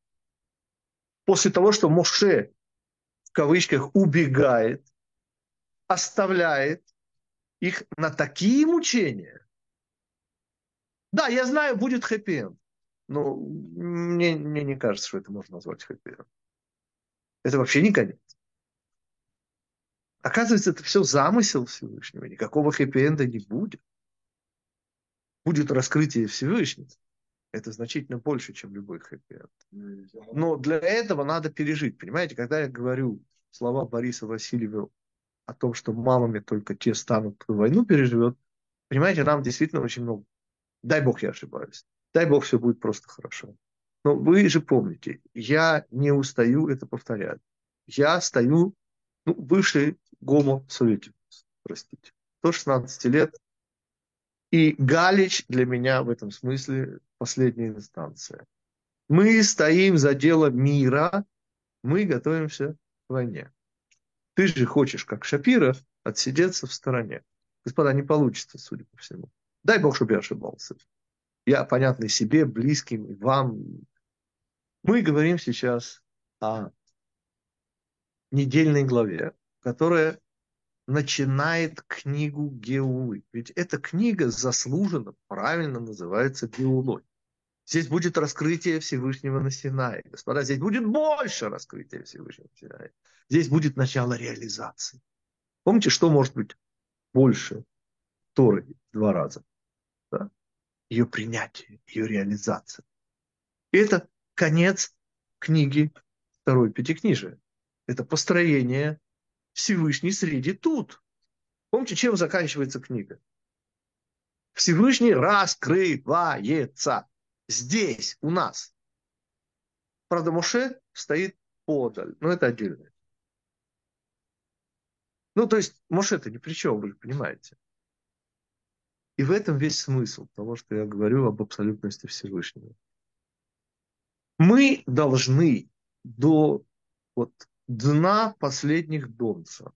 После того, что Моше, в кавычках, убегает, оставляет их на такие мучения. Да, я знаю, будет хэппи-энд. Но мне не кажется, что это можно назвать хэппи-энд. Это вообще не конец. Оказывается, это все замысел Всевышнего. Никакого хэппи-энда не будет. Будет раскрытие Всевышнего. Это значительно больше, чем любой хэппи-энд. Но для этого надо пережить. Понимаете, когда я говорю слова Бориса Васильева о том, что мамами только те станут, кто войну переживет, понимаете, нам действительно очень много. Дай Бог, я ошибаюсь. Дай Бог, все будет просто хорошо. Но вы же помните, я не устаю это повторять. Я стою, бывший гомо-советик, простите, до 16 лет. И Галич для меня в этом смысле последняя инстанция. Мы стоим за дело мира, мы готовимся к войне. Ты же хочешь, как Шапира, отсидеться в стороне. Господа, не получится, судя по всему. Дай Бог, чтобы я ошибался. Я понятный себе, близким, и вам. Мы говорим сейчас о недельной главе, которая начинает книгу Геулы. Ведь эта книга заслуженно, правильно называется Геулой. Здесь будет раскрытие Всевышнего на Синае. Господа, здесь будет больше раскрытия Всевышнего на Синае. Здесь будет начало реализации. Помните, что может быть больше Торы в 2 раза? Да? Ее принятие, ее реализация. И это конец книги второй Пятикнижия. Это построение Всевышний среди тут. Помните, чем заканчивается книга? Всевышний раскрывается здесь, у нас. Правда, Моше стоит подаль. Но это отдельно. То есть, Моше-то ни при чем, вы же понимаете. И в этом весь смысл того, что я говорю об абсолютности Всевышнего. Мы должны до дна последних донца.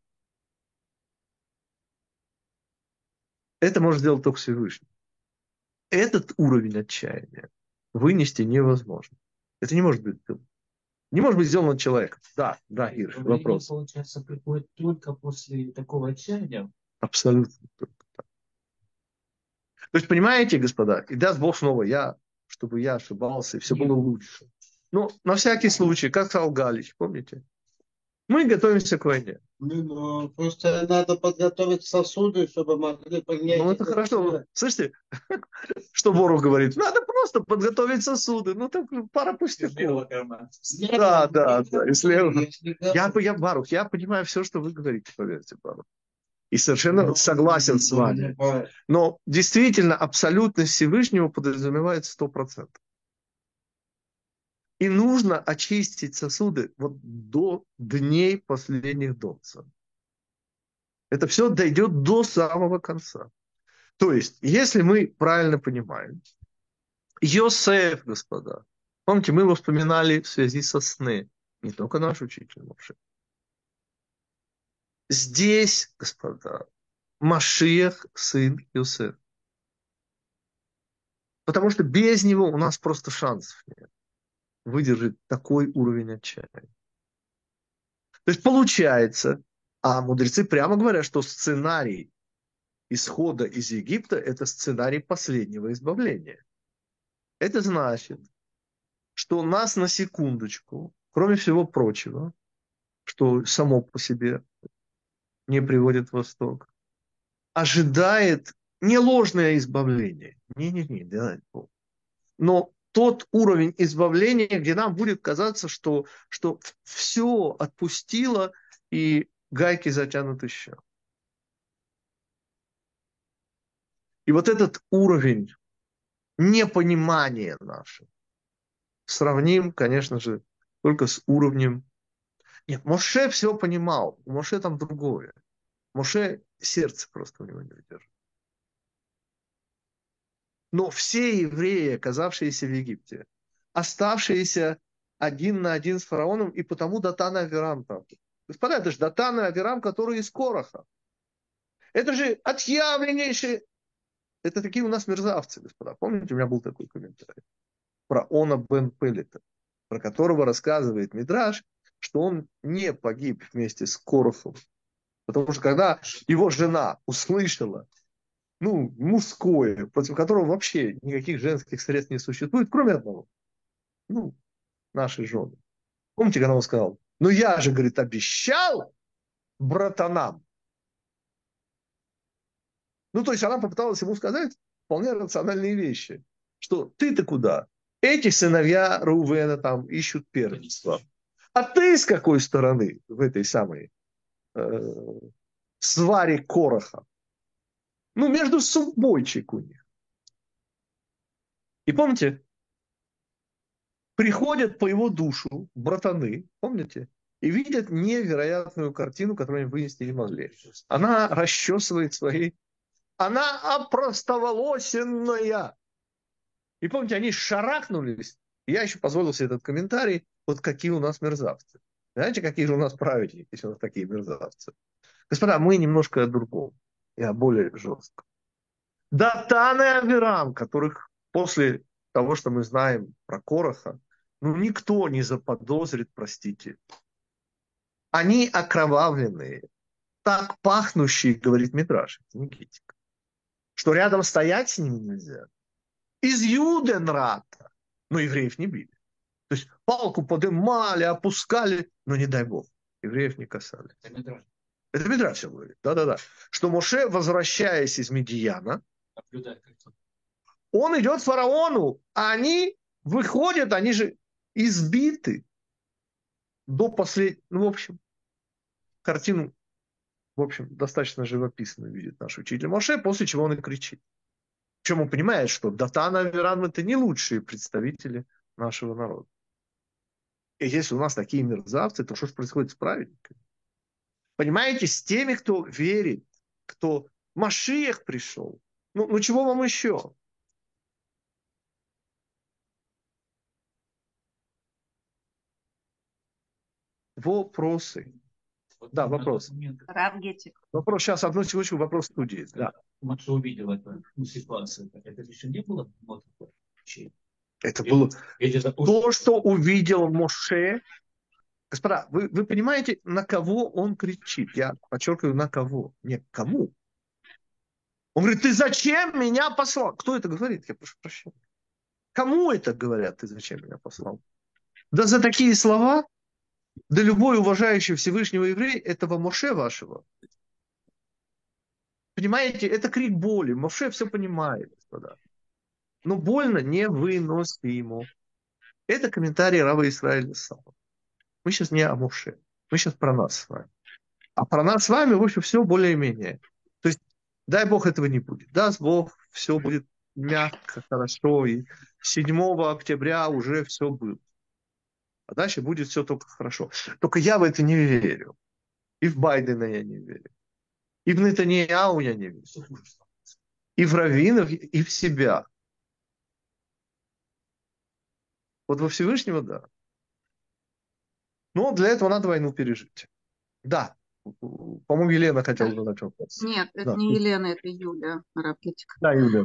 Это может сделать только Всевышний. Этот уровень отчаяния вынести невозможно. Это не может быть сделано. Не может быть сделано человеком. Да, Ир, вопрос. Получается, приходит только после такого отчаяния? Абсолютно только так. То есть, понимаете, господа, и даст Бог снова чтобы я ошибался, и все было лучше. Но на всякий случай, как сказал Галич, помните? Мы готовимся к войне. Просто надо подготовить сосуды, чтобы могли принять. Это хорошо. Слышите, что Борух говорит? Надо просто подготовить сосуды. Так пара пустяков. Да. И слева. Барух, я понимаю все, что вы говорите, поверьте, Барух. И совершенно согласен с вами. Но действительно, абсолютность Всевышнего подразумевает 100%. И нужно очистить сосуды до дней последних донца. Это все дойдет до самого конца. То есть, если мы правильно понимаем, Йосеф, господа, помните, мы его вспоминали в связи со сны, не только наш учитель Моше. Здесь, господа, Машиах, сын Йосеф. Потому что без него у нас просто шансов нет выдержать такой уровень отчаяния. То есть получается, а мудрецы прямо говорят, что сценарий исхода из Египта – это сценарий последнего избавления. Это значит, что нас на секундочку, кроме всего прочего, что само по себе не приводит в восторг, ожидает не ложное избавление. Не-не-не, да, но тот уровень избавления, где нам будет казаться, что все отпустило и гайки затянуты еще. И вот этот уровень непонимания нашего сравним, конечно же, только с уровнем... Нет, Моше все понимал, у Моше там другое. Моше сердце просто у него не выдержит. Но все евреи, оказавшиеся в Египте, оставшиеся один на один с фараоном, и потому Датан и Авирам там. Господа, это же Датан и Авирам, которые из Короха. Это же отъявленнейшие... Это такие у нас мерзавцы, господа. Помните, у меня был такой комментарий про Она бен Пелета, про которого рассказывает Мидраш, что он не погиб вместе с Корохом. Потому что когда его жена услышала, мужское, против которого вообще никаких женских средств не существует, кроме одного. Нашей жены. Помните, когда он сказал, я же, говорит, обещал братанам. То есть она попыталась ему сказать вполне рациональные вещи. Что ты-то куда? Эти сыновья Рувена там ищут первенство. А ты с какой стороны в этой самой сваре Короха? Между собойчик у них. И помните, приходят по его душу братаны, помните, и видят невероятную картину, которую они вынести не могли. Она расчесывает свои... Она опростоволосенная. И помните, они шарахнулись. Я еще позволил себе этот комментарий. Вот какие у нас мерзавцы. Знаете, какие же у нас праведники, если у нас такие мерзавцы? Господа, мы немножко о другом. И о более жестком. Датан и Авирам, которых после того, что мы знаем про Короха, никто не заподозрит, простите. Они окровавленные, так пахнущие, говорит Мидраш, Никитик, что рядом стоять с ними нельзя. Из Юденрата. Но евреев не били. То есть палку подымали, опускали, но не дай бог, евреев не касались. Это Мидраш все говорит. Да-да-да. Что Моше, возвращаясь из Медияна, он идет к фараону, а они выходят, они же избиты до последнего. В общем, картину, достаточно живописную видит наш учитель Моше, после чего он и кричит. Причем он понимает, что Датан и Авирам это не лучшие представители нашего народа. И если у нас такие мерзавцы, то что же происходит с праведниками? Понимаете, с теми, кто верит, кто Машиах пришел. Чего вам еще? Вопросы. Да, вопрос. Вопрос, сейчас, одну секундочку, вопрос студии. Да. Что увидел эту ситуацию? Это еще не было? Это было то, что увидел Моше. Господа, вы понимаете, на кого он кричит? Я подчеркиваю, на кого? Не к кому. Он говорит, ты зачем меня послал? Кто это говорит? Я прошу прощения. Кому это говорят, ты зачем меня послал? Да за такие слова, да любой уважающий Всевышнего еврей, этого Моше вашего. Понимаете, это крик боли. Моше все понимает, господа. Но больно невыносимо. Это комментарий раба Исраиля сам. Мы сейчас не о Моше. Мы сейчас про нас с вами. А про нас с вами, в общем, все более-менее. То есть, дай Бог, этого не будет. Даст Бог, все будет мягко, хорошо. И 7 октября уже все было. А дальше будет все только хорошо. Только я в это не верю. И в Байдена я не верю. И в Нетаньяху я не верю. И в раввинов, и в себя. Вот во Всевышнего, да. Но для этого надо войну пережить. Да. По-моему, Елена хотела задать вопрос. Нет, это не Елена, это Юля Ракетик. Да, Юля.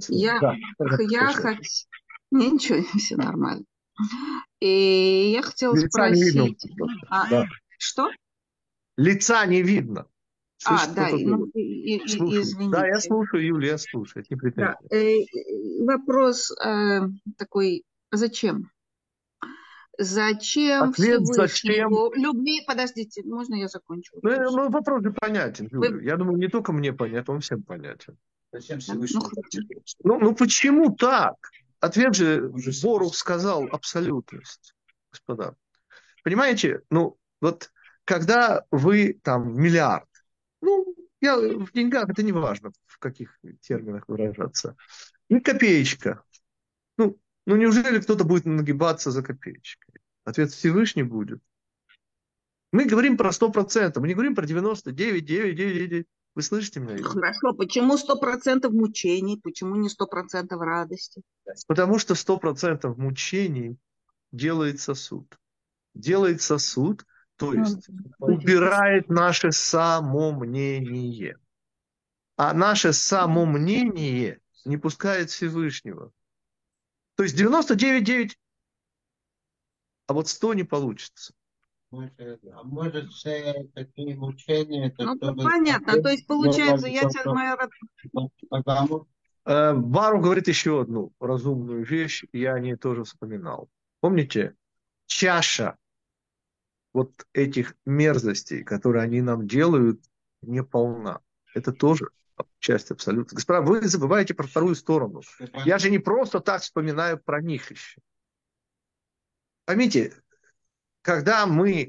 Ничего, все нормально. И я хотела спросить... Что? Лица не видно. Да, извините. Да, я слушаю, Юля, я слушаю. Вопрос такой, зачем? Зачем Ответ зачем? Всевышнему любви? Подождите, можно я закончу? Ну, вопрос же понятен, Вы- Юля. Я думаю, не только мне понятен, он всем понятен. Зачем Да, ну, Всевышний? хорошо. Ну почему так? Ответ же Борух сказал абсолютность, господа. Понимаете, ну вот когда вы там миллиард, ну я в деньгах, это не важно, в каких терминах выражаться, и копеечка. Ну неужели кто-то будет нагибаться за копеечкой? Ответ Всевышний будет. Мы говорим про 100%, мы не говорим про 99,999. Вы слышите меня? Юля? Хорошо, почему 100% мучений, почему не 100% радости? Потому что 100% мучений делает сосуд. Делает сосуд, то есть убирает наше самомнение. А наше самомнение не пускает Всевышнего. То есть 99,9, а вот 100 не получится. Может, все такие мучения, это Ну, чтобы... понятно, то есть получается, я сейчас моя... Потому Бару говорит еще одну разумную вещь, я о ней тоже вспоминал. Помните, чаша вот этих мерзостей, которые они нам делают, не полна. Это тоже часть абсолютно. Господа, вы забываете про вторую сторону. Я же не просто так вспоминаю про них еще. Поймите, когда мы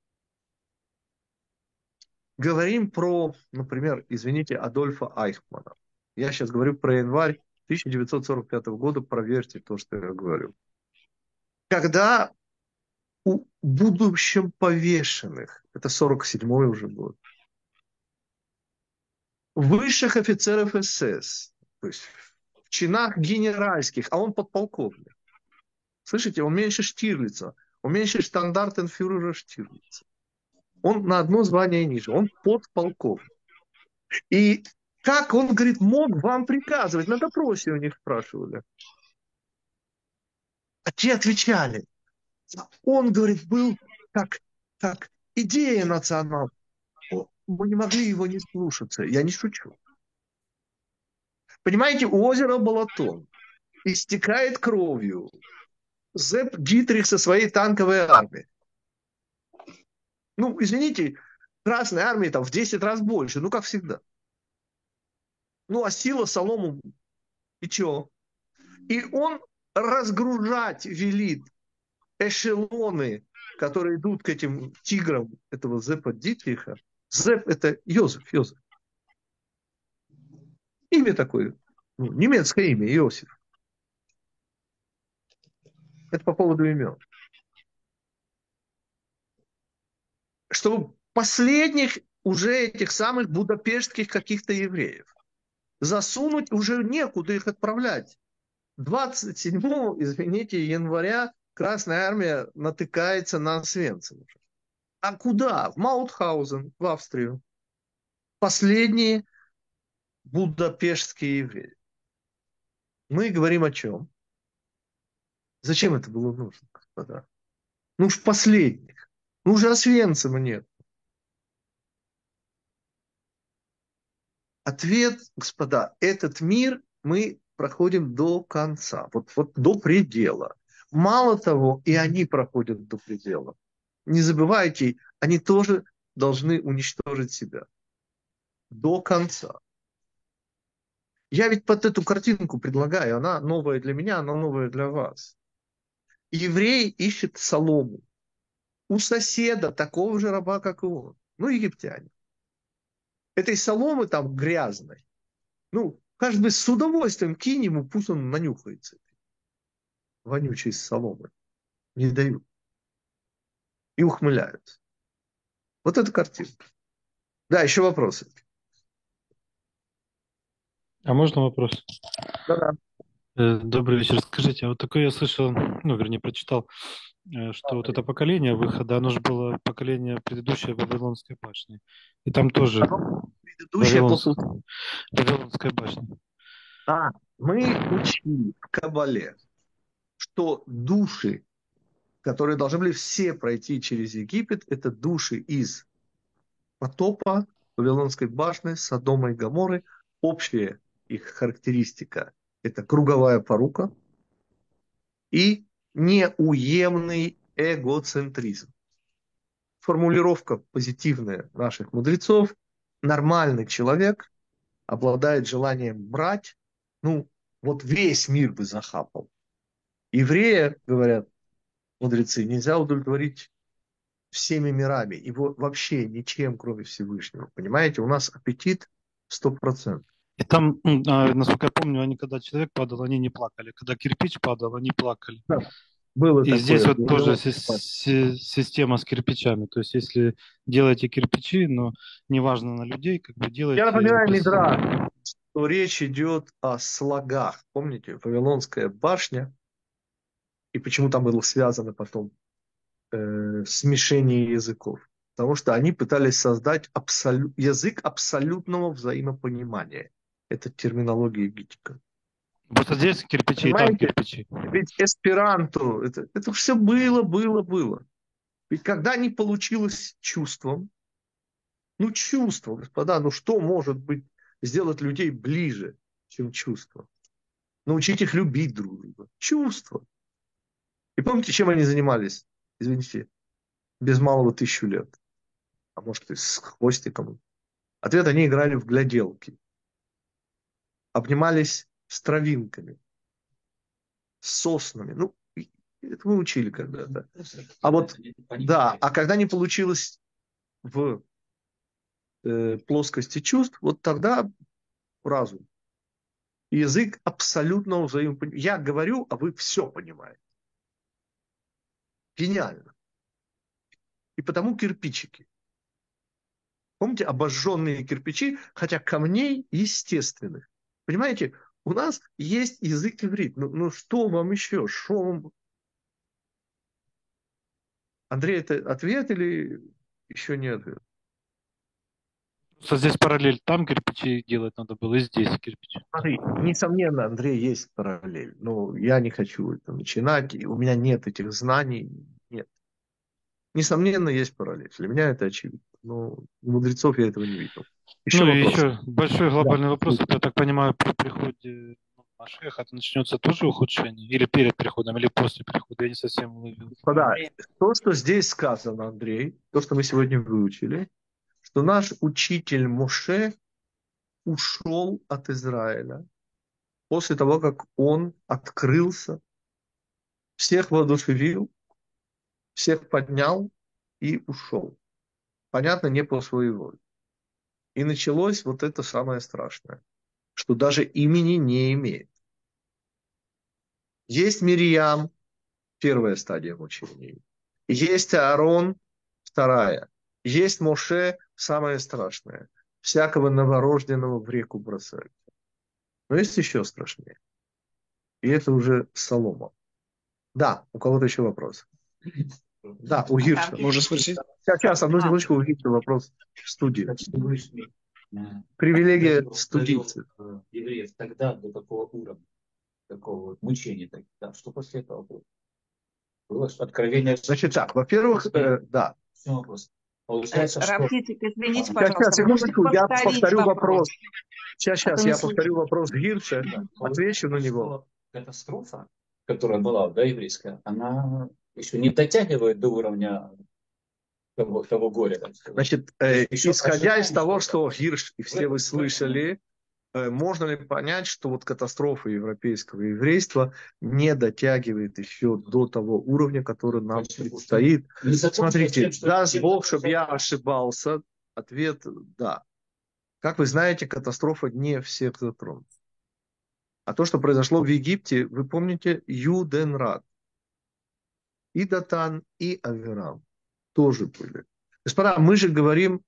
говорим про, например, извините, Адольфа Айхмана, я сейчас говорю про январь 1945 года, проверьте то, что я говорю. Когда у будущем повешенных, это 47-й уже год, высших офицеров СС, то есть в чинах генеральских, а он подполковник. Слышите, он меньше Штирлица, он меньше штандартенфюрера Штирлица. Он на одно звание ниже, он подполковник. И как он, говорит, мог вам приказывать? На допросе у них спрашивали. А те отвечали. Он, говорит, был как идея национал. Мы не могли его не слушаться. Я не шучу. Понимаете, у озера Балатон истекает кровью Зепп Дитрих со своей танковой армией. Ну, извините, Красной армии там в 10 раз больше, ну, как всегда. Ну, а сила солому, и чё? И он разгружать велит эшелоны, которые идут к этим тиграм этого Зеппа Дитриха. Зепп – это Йозеф. Имя такое, ну, немецкое имя, Иосиф. Это по поводу имен. Чтобы последних уже этих самых будапештских каких-то евреев засунуть, уже некуда их отправлять. 27, извините, января Красная Армия натыкается на Освенцим. А куда? В Маутхаузен, в Австрию. Последние будапештские евреи. Мы говорим о чем? Зачем это было нужно, господа? Ну уж последних. Ну уже Освенцима нет. Ответ, господа, этот мир мы проходим до конца, вот до предела. Мало того, и они проходят до предела. Не забывайте, они тоже должны уничтожить себя. До конца. Я ведь под эту картинку предлагаю, она новая для меня, она новая для вас. Еврей ищет солому у соседа, такого же раба, как и он. Ну, египтяне. Этой соломы там грязной. Ну, каждый с удовольствием кинь ему, пусть он нанюхается. Вонючей соломы. Не дают. И ухмыляются. Вот эта картинка. Да, еще вопросы. А можно вопрос? Да-да. Добрый вечер. Скажите, а вот такое я слышал, ну, вернее, прочитал, что вот это поколение выхода, оно же было поколение предыдущее Вавилонской башни. И там тоже Предыдущая Вавилонская башня. Мы учили в Кабале, что души, которые должны были все пройти через Египет, это души из потопа, Вавилонской башни, Содома и Гоморры. Общая их характеристика – это круговая порука и неуемный эгоцентризм. Формулировка позитивная наших мудрецов. Нормальный человек обладает желанием брать, ну, вот весь мир бы захапал. Еврея, говорят мудрецы, нельзя удовлетворить всеми мирами, его вообще ничем, кроме Всевышнего. Понимаете, у нас аппетит 100%. И там, насколько я помню, они, когда человек падал, они не плакали. Когда кирпич падал, они плакали. Да, было И такое. здесь вот тоже Было. система с кирпичами. То есть, если делаете кирпичи, но неважно на людей, как бы делайте... Я напоминаю Мидраш, что речь идет о слогах. Помните, Вавилонская башня, и почему там было связано потом смешение языков? Потому что они пытались создать язык абсолютного взаимопонимания. Это терминология гитика. Просто здесь кирпичи и там кирпичи. Ведь эсперанто, это все было. Ведь когда не получилось чувством, чувство, господа, что может быть сделать людей ближе, чем чувство? Научить их любить друг друга. Чувство. И помните, чем они занимались? Извините, без малого 1000 лет. А может и с хвостиком. Ответ: они играли в гляделки. Обнимались с травинками. С соснами. Это мы учили когда-то. А когда не получилось в плоскости чувств, вот тогда разум. Язык абсолютного взаимопонимания. Я говорю, а вы все понимаете. Гениально. И потому кирпичики. Помните, обожженные кирпичи, хотя камней естественных. Понимаете, у нас есть язык иврит. Что вам еще? Что вам... Андрей, это ответ или еще не ответ? Здесь параллель. Там кирпичи делать надо было, и здесь кирпичи. Смотри, несомненно, Андрей, есть параллель. Но я не хочу это начинать. И у меня нет этих знаний. Нет. Несомненно, есть параллель. Для меня это очевидно. Но у мудрецов я этого не видел. Еще большой глобальный вопрос. Я так понимаю, при приходе Машеха начнется тоже ухудшение? Или перед приходом, или после прихода? Я не совсем уловил. Господа, то, что здесь сказано, Андрей, то, что мы сегодня выучили, что наш учитель Моше ушел от Израиля после того, как он открылся, всех воодушевил, всех поднял и ушел. Понятно, не по своей воле. И началось вот это самое страшное, что даже имени не имеет. Есть Мирьям, первая стадия мучения. Есть Аарон, вторая. Есть Моше, самое страшное. Всякого новорожденного в реку бросают. Но есть еще страшнее. И это уже Солома. Да, у кого-то еще вопрос. Да, у Гирша. Можно спросить? Сейчас, одну секундочку, у Гирша вопрос в студии. Привилегия студийцев. Евреев тогда до какого уровня? Такого мучения тогда? Что после этого было? Было откровение. Значит так, во-первых, да. Рафитик, извините, Сейчас, пожалуйста, секундочку, я повторю вопрос. Это Сейчас, не я повторю вопрос Гирша, отвечу на него. Катастрофа, которая была, да, еврейская, она еще не дотягивает до уровня того горя. Так сказать. Значит, исходя из того, что Гирш и все вы слышали, можно ли понять, что вот катастрофа европейского еврейства не дотягивает еще до того уровня, который нам предстоит? Смотрите, даст Бог, чтобы я ошибался. Ответ – да. Как вы знаете, катастрофа не всех затронула. А то, что произошло в Египте, вы помните, Юденрат. И Датан, и Авирам тоже были. Господа, мы же говорим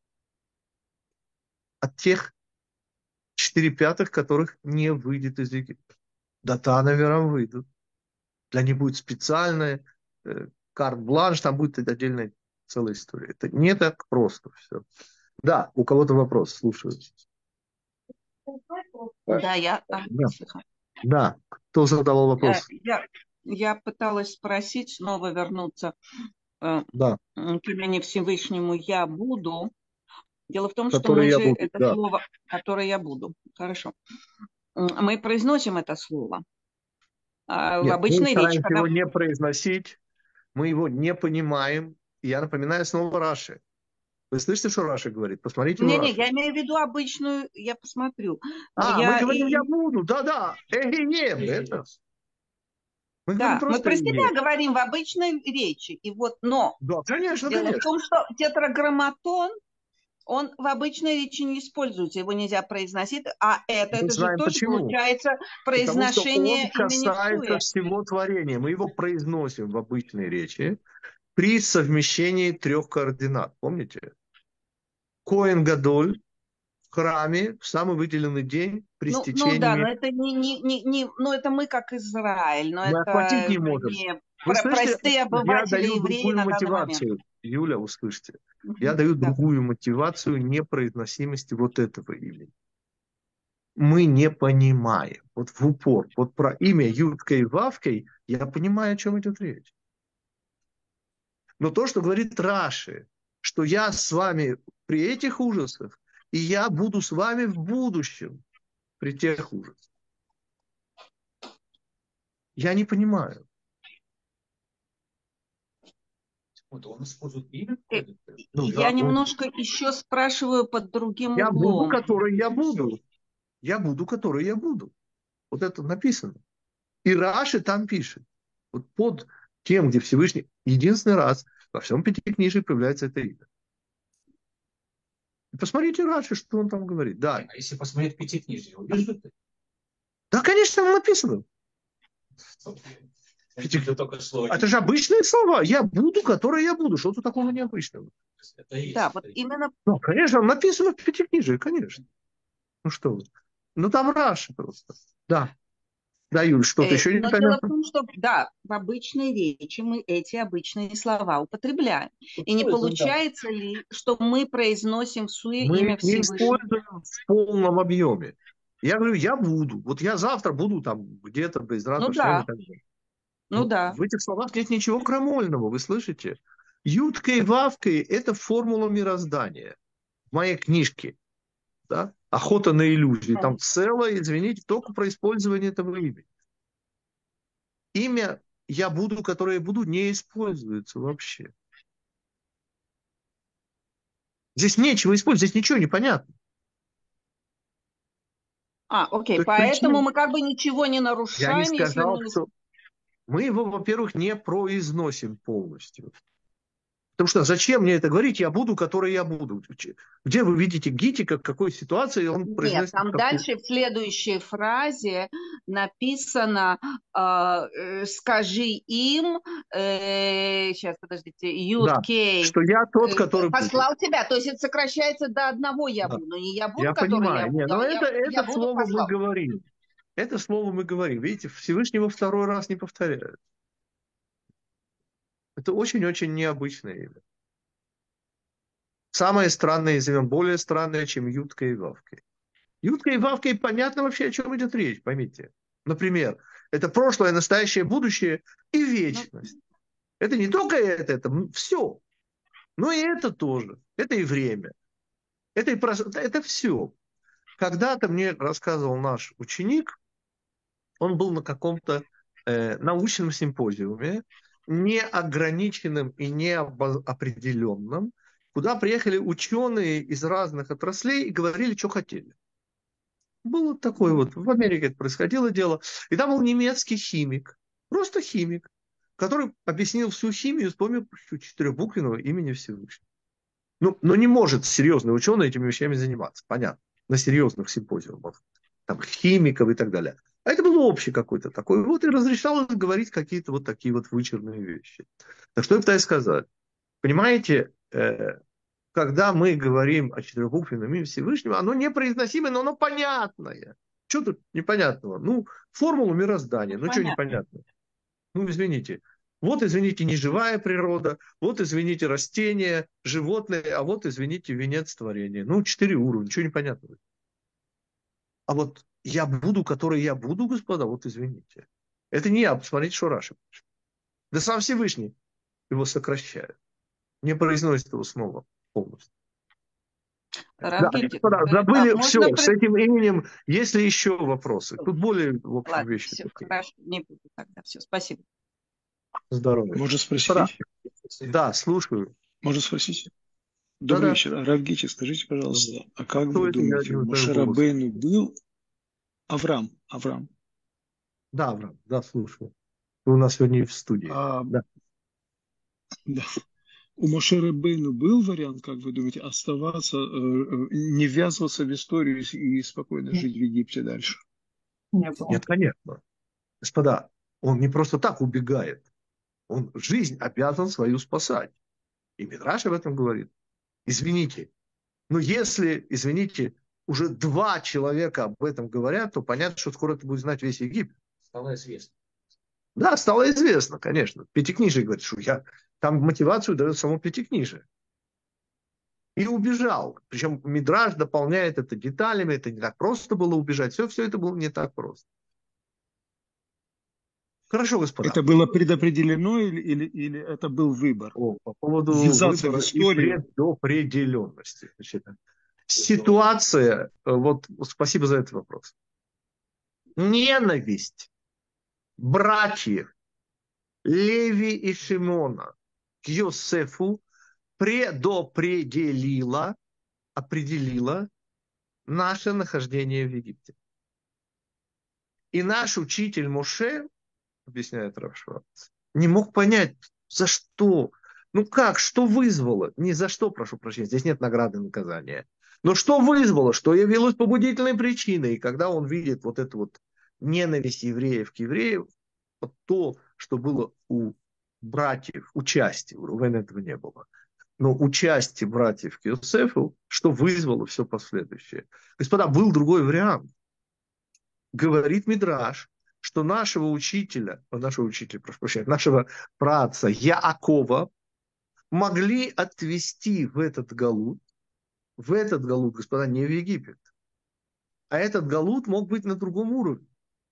о тех 4/5, которых не выйдет из Египта. Датан и Авирам выйдут. Для них будет специальная карт-бланш, там будет отдельная целая история. Это не так просто все. Да, у кого-то вопрос, слушаю. Да, кто задавал вопрос? Я пыталась спросить, снова вернуться к имени Всевышнему «Я буду». Дело в том, что мы же это слово, которое я буду. Хорошо. Мы произносим это слово. Нет, в обычной мы речи. его не произносить, мы его не понимаем. И я напоминаю снова Раши. Вы слышите, что Раши говорит? Посмотрите в Не-не, Раши. я имею в виду обычную, я посмотрю. Но Мы я говорим, и... я буду, да-да. Это. Мы говорим Да, мы просто про себя «е». говорим в обычной речи. И вот, но Да, конечно, дело в конечно. том, что тетраграмматон, он в обычной речи не используется, его нельзя произносить, а Мы это же знаем тоже почему. получается Потому что произношение он имени касается Всуе. всего творения. Мы его произносим в обычной речи при совмещении 3 координат. Помните? Коэн Гадоль в храме в самый выделенный день при Ну да, но стечении. это ну это мы как Израиль, но Мы охватить это не можем. не Вы слышите, простые я обыватели даю евреи другую на данный момент. мотивацию. Юля, услышьте. Я Мгм, даю да. другую мотивацию непроизносимости вот этого имени. Мы не понимаем. Вот в упор. Вот про имя Юткой и Вавкой я понимаю, о чем идет речь. Но то, что говорит Раши, что я с вами при этих ужасах, и я буду с вами в будущем при тех ужасах. Я не понимаю. Вот он использует имя? Я немножко еще спрашиваю под другим Я буду, углом. который я буду. Я буду, который я буду. Вот это написано. И Раши там пишет. Вот под тем, где Всевышний единственный раз во всем Пятикнижии появляется это имя. И посмотрите Раши, что он там говорит. Да. А если посмотреть Пятикнижие, увидишь? Да, конечно, там написано. Это же обычные слова. Я буду, который я буду. Что-то такого необычного. Да, вот именно. Ну, конечно, написано в Пятикнижии, конечно. Ну что вы. Ну там Раши просто. Да. Да, Юль, что-то еще Но непонятно? дело в том, что да, в обычной речи мы эти обычные слова употребляем. И не получается ли, что мы произносим в суе Мы имя не Всевышнего? используем в полном объеме. Я говорю, я буду. Вот я завтра буду там где-то без Ну Рата да. и так далее. Ну да. В этих словах нет ничего крамольного, вы слышите? Юткой и Вавкой – это формула мироздания. В моей книжке, да? «Охота на иллюзии». Там целое, извините, только про использование этого имени. Имя «я буду», которое я буду, не используется вообще. Здесь нечего использовать, здесь ничего не понятно. Окей, есть поэтому причина- мы как бы ничего не нарушаем, Я не если сказал, мы... что мы его, во-первых, не произносим полностью. Потому что зачем мне это говорить, я буду, который я буду. Где вы видите Гитика, в какой ситуации он Нет, произносит... там дальше в следующей фразе написано «скажи им», сейчас, подождите, Юткей, что я тот, который послал тебя. То есть это сокращается до одного «я Да. буду». Не «я буду», Я который понимаю. я буду, Нет, но а это я буду слово послал. мы говорим. Это слово мы говорим. Видите, Всевышнего второй раз не повторяют. Это очень-очень необычное имя. Самое странное из имен, более странное, чем Ютка и Вавка. Ютка и Вавка, понятно вообще, о чем идет речь, поймите. Например, это прошлое, настоящее, будущее и вечность. Это не только это все. Но и это тоже. Это и время. Это все. Когда-то мне рассказывал наш ученик, он был на каком-то научном симпозиуме, неограниченном и неопределенном, куда приехали ученые из разных отраслей и говорили, что хотели. Было такое вот, в Америке это происходило дело. И там был немецкий химик, просто химик, который объяснил всю химию с помощью четырехбуквенного имени Всевышнего. Но не может серьезный ученый этими вещами заниматься, понятно, на серьезных симпозиумах, там, химиков и так далее. А это был общий какой-то такой, вот и разрешалось говорить какие-то вот такие вот вычурные вещи. Так что я пытаюсь сказать? Понимаете, когда мы говорим о четырехбуквенном имени Всевышнего, оно непроизносимое, но оно понятное. Что тут непонятного? Ну, формулу мироздания, ну что непонятно? Ну, извините. Вот, извините, неживая природа, вот, извините, растения, животные, а вот, извините, венец творения. Ну, 4 уровня, ничего непонятного. А вот я буду, который я буду, господа, вот извините. Это не я, посмотрите, что Раши пишет. Да сам Всевышний его сокращает. Не произносит его снова полностью. Да, господа, забыли все. С этим именем, есть ли еще вопросы? Тут более, в общем, Ладно, вещи. все, хорошо, не буду тогда. Все, спасибо. Здоровый. Можно Господа, спросить? да, слушаю. Можно спросить? Добрый Да-да. вечер. Рав Гити, скажите, пожалуйста, а как Кто вы это? Я думаете, не у узнаю Моше голос. Рабейну был Авраам? Да, Авраам, да, слушаю. Вы у нас сегодня в студии. А, Да. да. У Моше Рабейну был вариант, как вы думаете, оставаться, не ввязываться в историю и спокойно жить в Египте дальше? Нет, конечно. Господа, он не просто так убегает. Он жизнь обязан свою спасать. И Мидраш об этом говорит. Извините. Но если, извините, уже 2 человека об этом говорят, то понятно, что скоро это будет знать весь Египет. Стало известно. Да, стало известно, конечно. Пятикнижие говорит, что там мотивацию дает само Пятикнижие. И убежал. Причем Мидраш дополняет это деталями. Это не так просто было убежать. Все это было не так просто. Хорошо, господа. Это было предопределено или это был выбор? По поводу Ввязаться выбора в историю. и предопределенности. Значит, ситуация, вот спасибо за этот вопрос. Ненависть братьев Леви и Шимона к Йосефу определила наше нахождение в Египте. И наш учитель Моше, объясняет Рав Шварц, не мог понять, за что. Ну как, что вызвало? Не за что, прошу прощения, здесь нет награды и наказания. Но что вызвало, что явилось побудительной причиной? И когда он видит вот эту вот ненависть евреев к евреям, вот то, что было у братьев, участие, у Рувена этого не было, но участие братьев к Йосефу, что вызвало все последующее. Господа, был другой вариант. Говорит Мидраш, что нашего праотца Яакова могли отвезти в этот галут, господа, не в Египет, а этот галут мог быть на другом уровне,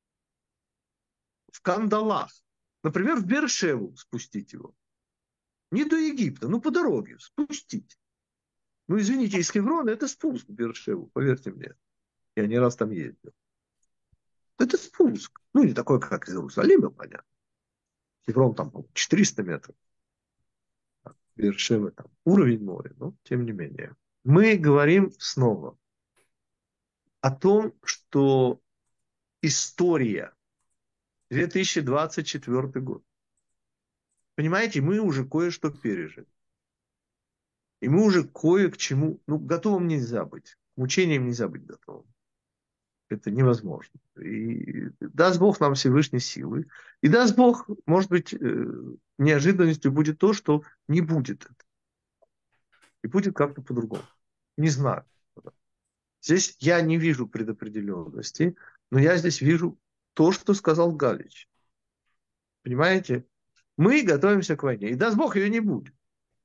в кандалах, например, в Бершеву спустить его, не до Египта, по дороге спустить. Извините, из Хеврона это спуск в Бершеву, поверьте мне, я не раз там ездил. Это спуск, не такой, как из Иерусалима, понятно. Хеврон там 400 метров. Бершева там уровень моря, но тем не менее. Мы говорим снова о том, что история 2024 год. Понимаете, мы уже кое-что пережили. И мы уже кое к чему, готовым нельзя быть. К мучениям нельзя быть готовым. Это невозможно. И даст Бог нам Всевышней силы. И даст Бог, может быть, неожиданностью будет то, что не будет это. И будет как-то по-другому. Не знаю. Здесь я не вижу предопределенности, но я здесь вижу то, что сказал Галич. Понимаете? Мы готовимся к войне. И даст Бог, ее не будет.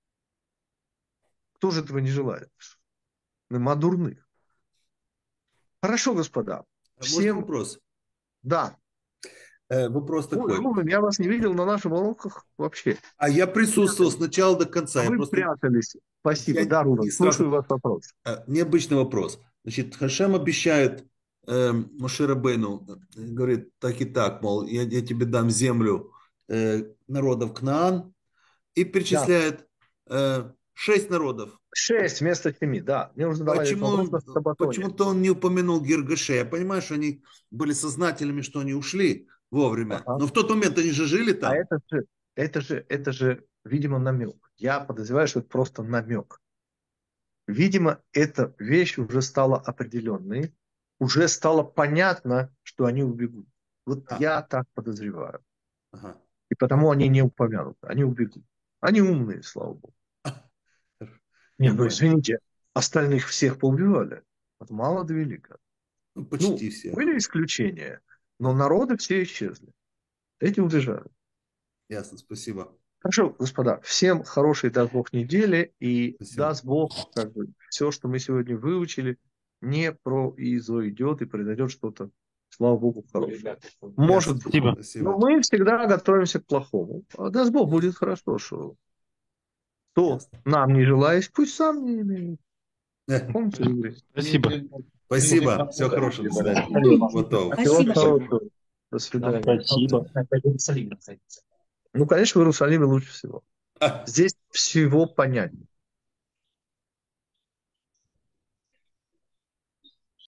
Кто же этого не желает? Нема дурных. Хорошо, господа. Можно вопрос? Да. Вопрос такой. Я вас не видел на наших уроках вообще. А я присутствовал с начала до конца. Вы прятались. Спасибо. Да, Рубен, слушаю вас вопрос. Необычный вопрос. Значит, Хашем обещает Моше Рабейну, говорит так и так, мол, я тебе дам землю народов Кнаан, и перечисляет 6 народов. 6 вместо 7, да. Мне уже задавали вопрос на Сабатоне. Почему-то он не упомянул Гиргашей. Я понимаю, что они были сознательными, что они ушли вовремя. Но в тот момент они же жили там. А это же, видимо, намек. Я подозреваю, что это просто намек. Видимо, эта вещь уже стала определенной. Уже стало понятно, что они убегут. Я так подозреваю. И потому они не упомянуты. Они убегут. Они умные, слава Богу. Нет, извините, остальных всех поубивали. От мала до велика. Почти все. Были исключения, но народы все исчезли. Эти убежали. Ясно, спасибо. Хорошо, господа, всем хорошей, даст Бог, недели. И спасибо. Даст Бог, все, что мы сегодня выучили, не произойдет и произойдет что-то, слава Богу, хорошее. Может быть. Но мы всегда готовимся к плохому. А даст Бог, будет хорошо, что кто нам не желает, пусть сам не имеет. Спасибо. Спасибо. Всего хорошего. До свидания. Спасибо. До свидания. Спасибо. Ну, конечно, в Иерусалиме лучше всего. А, Здесь всего понятнее.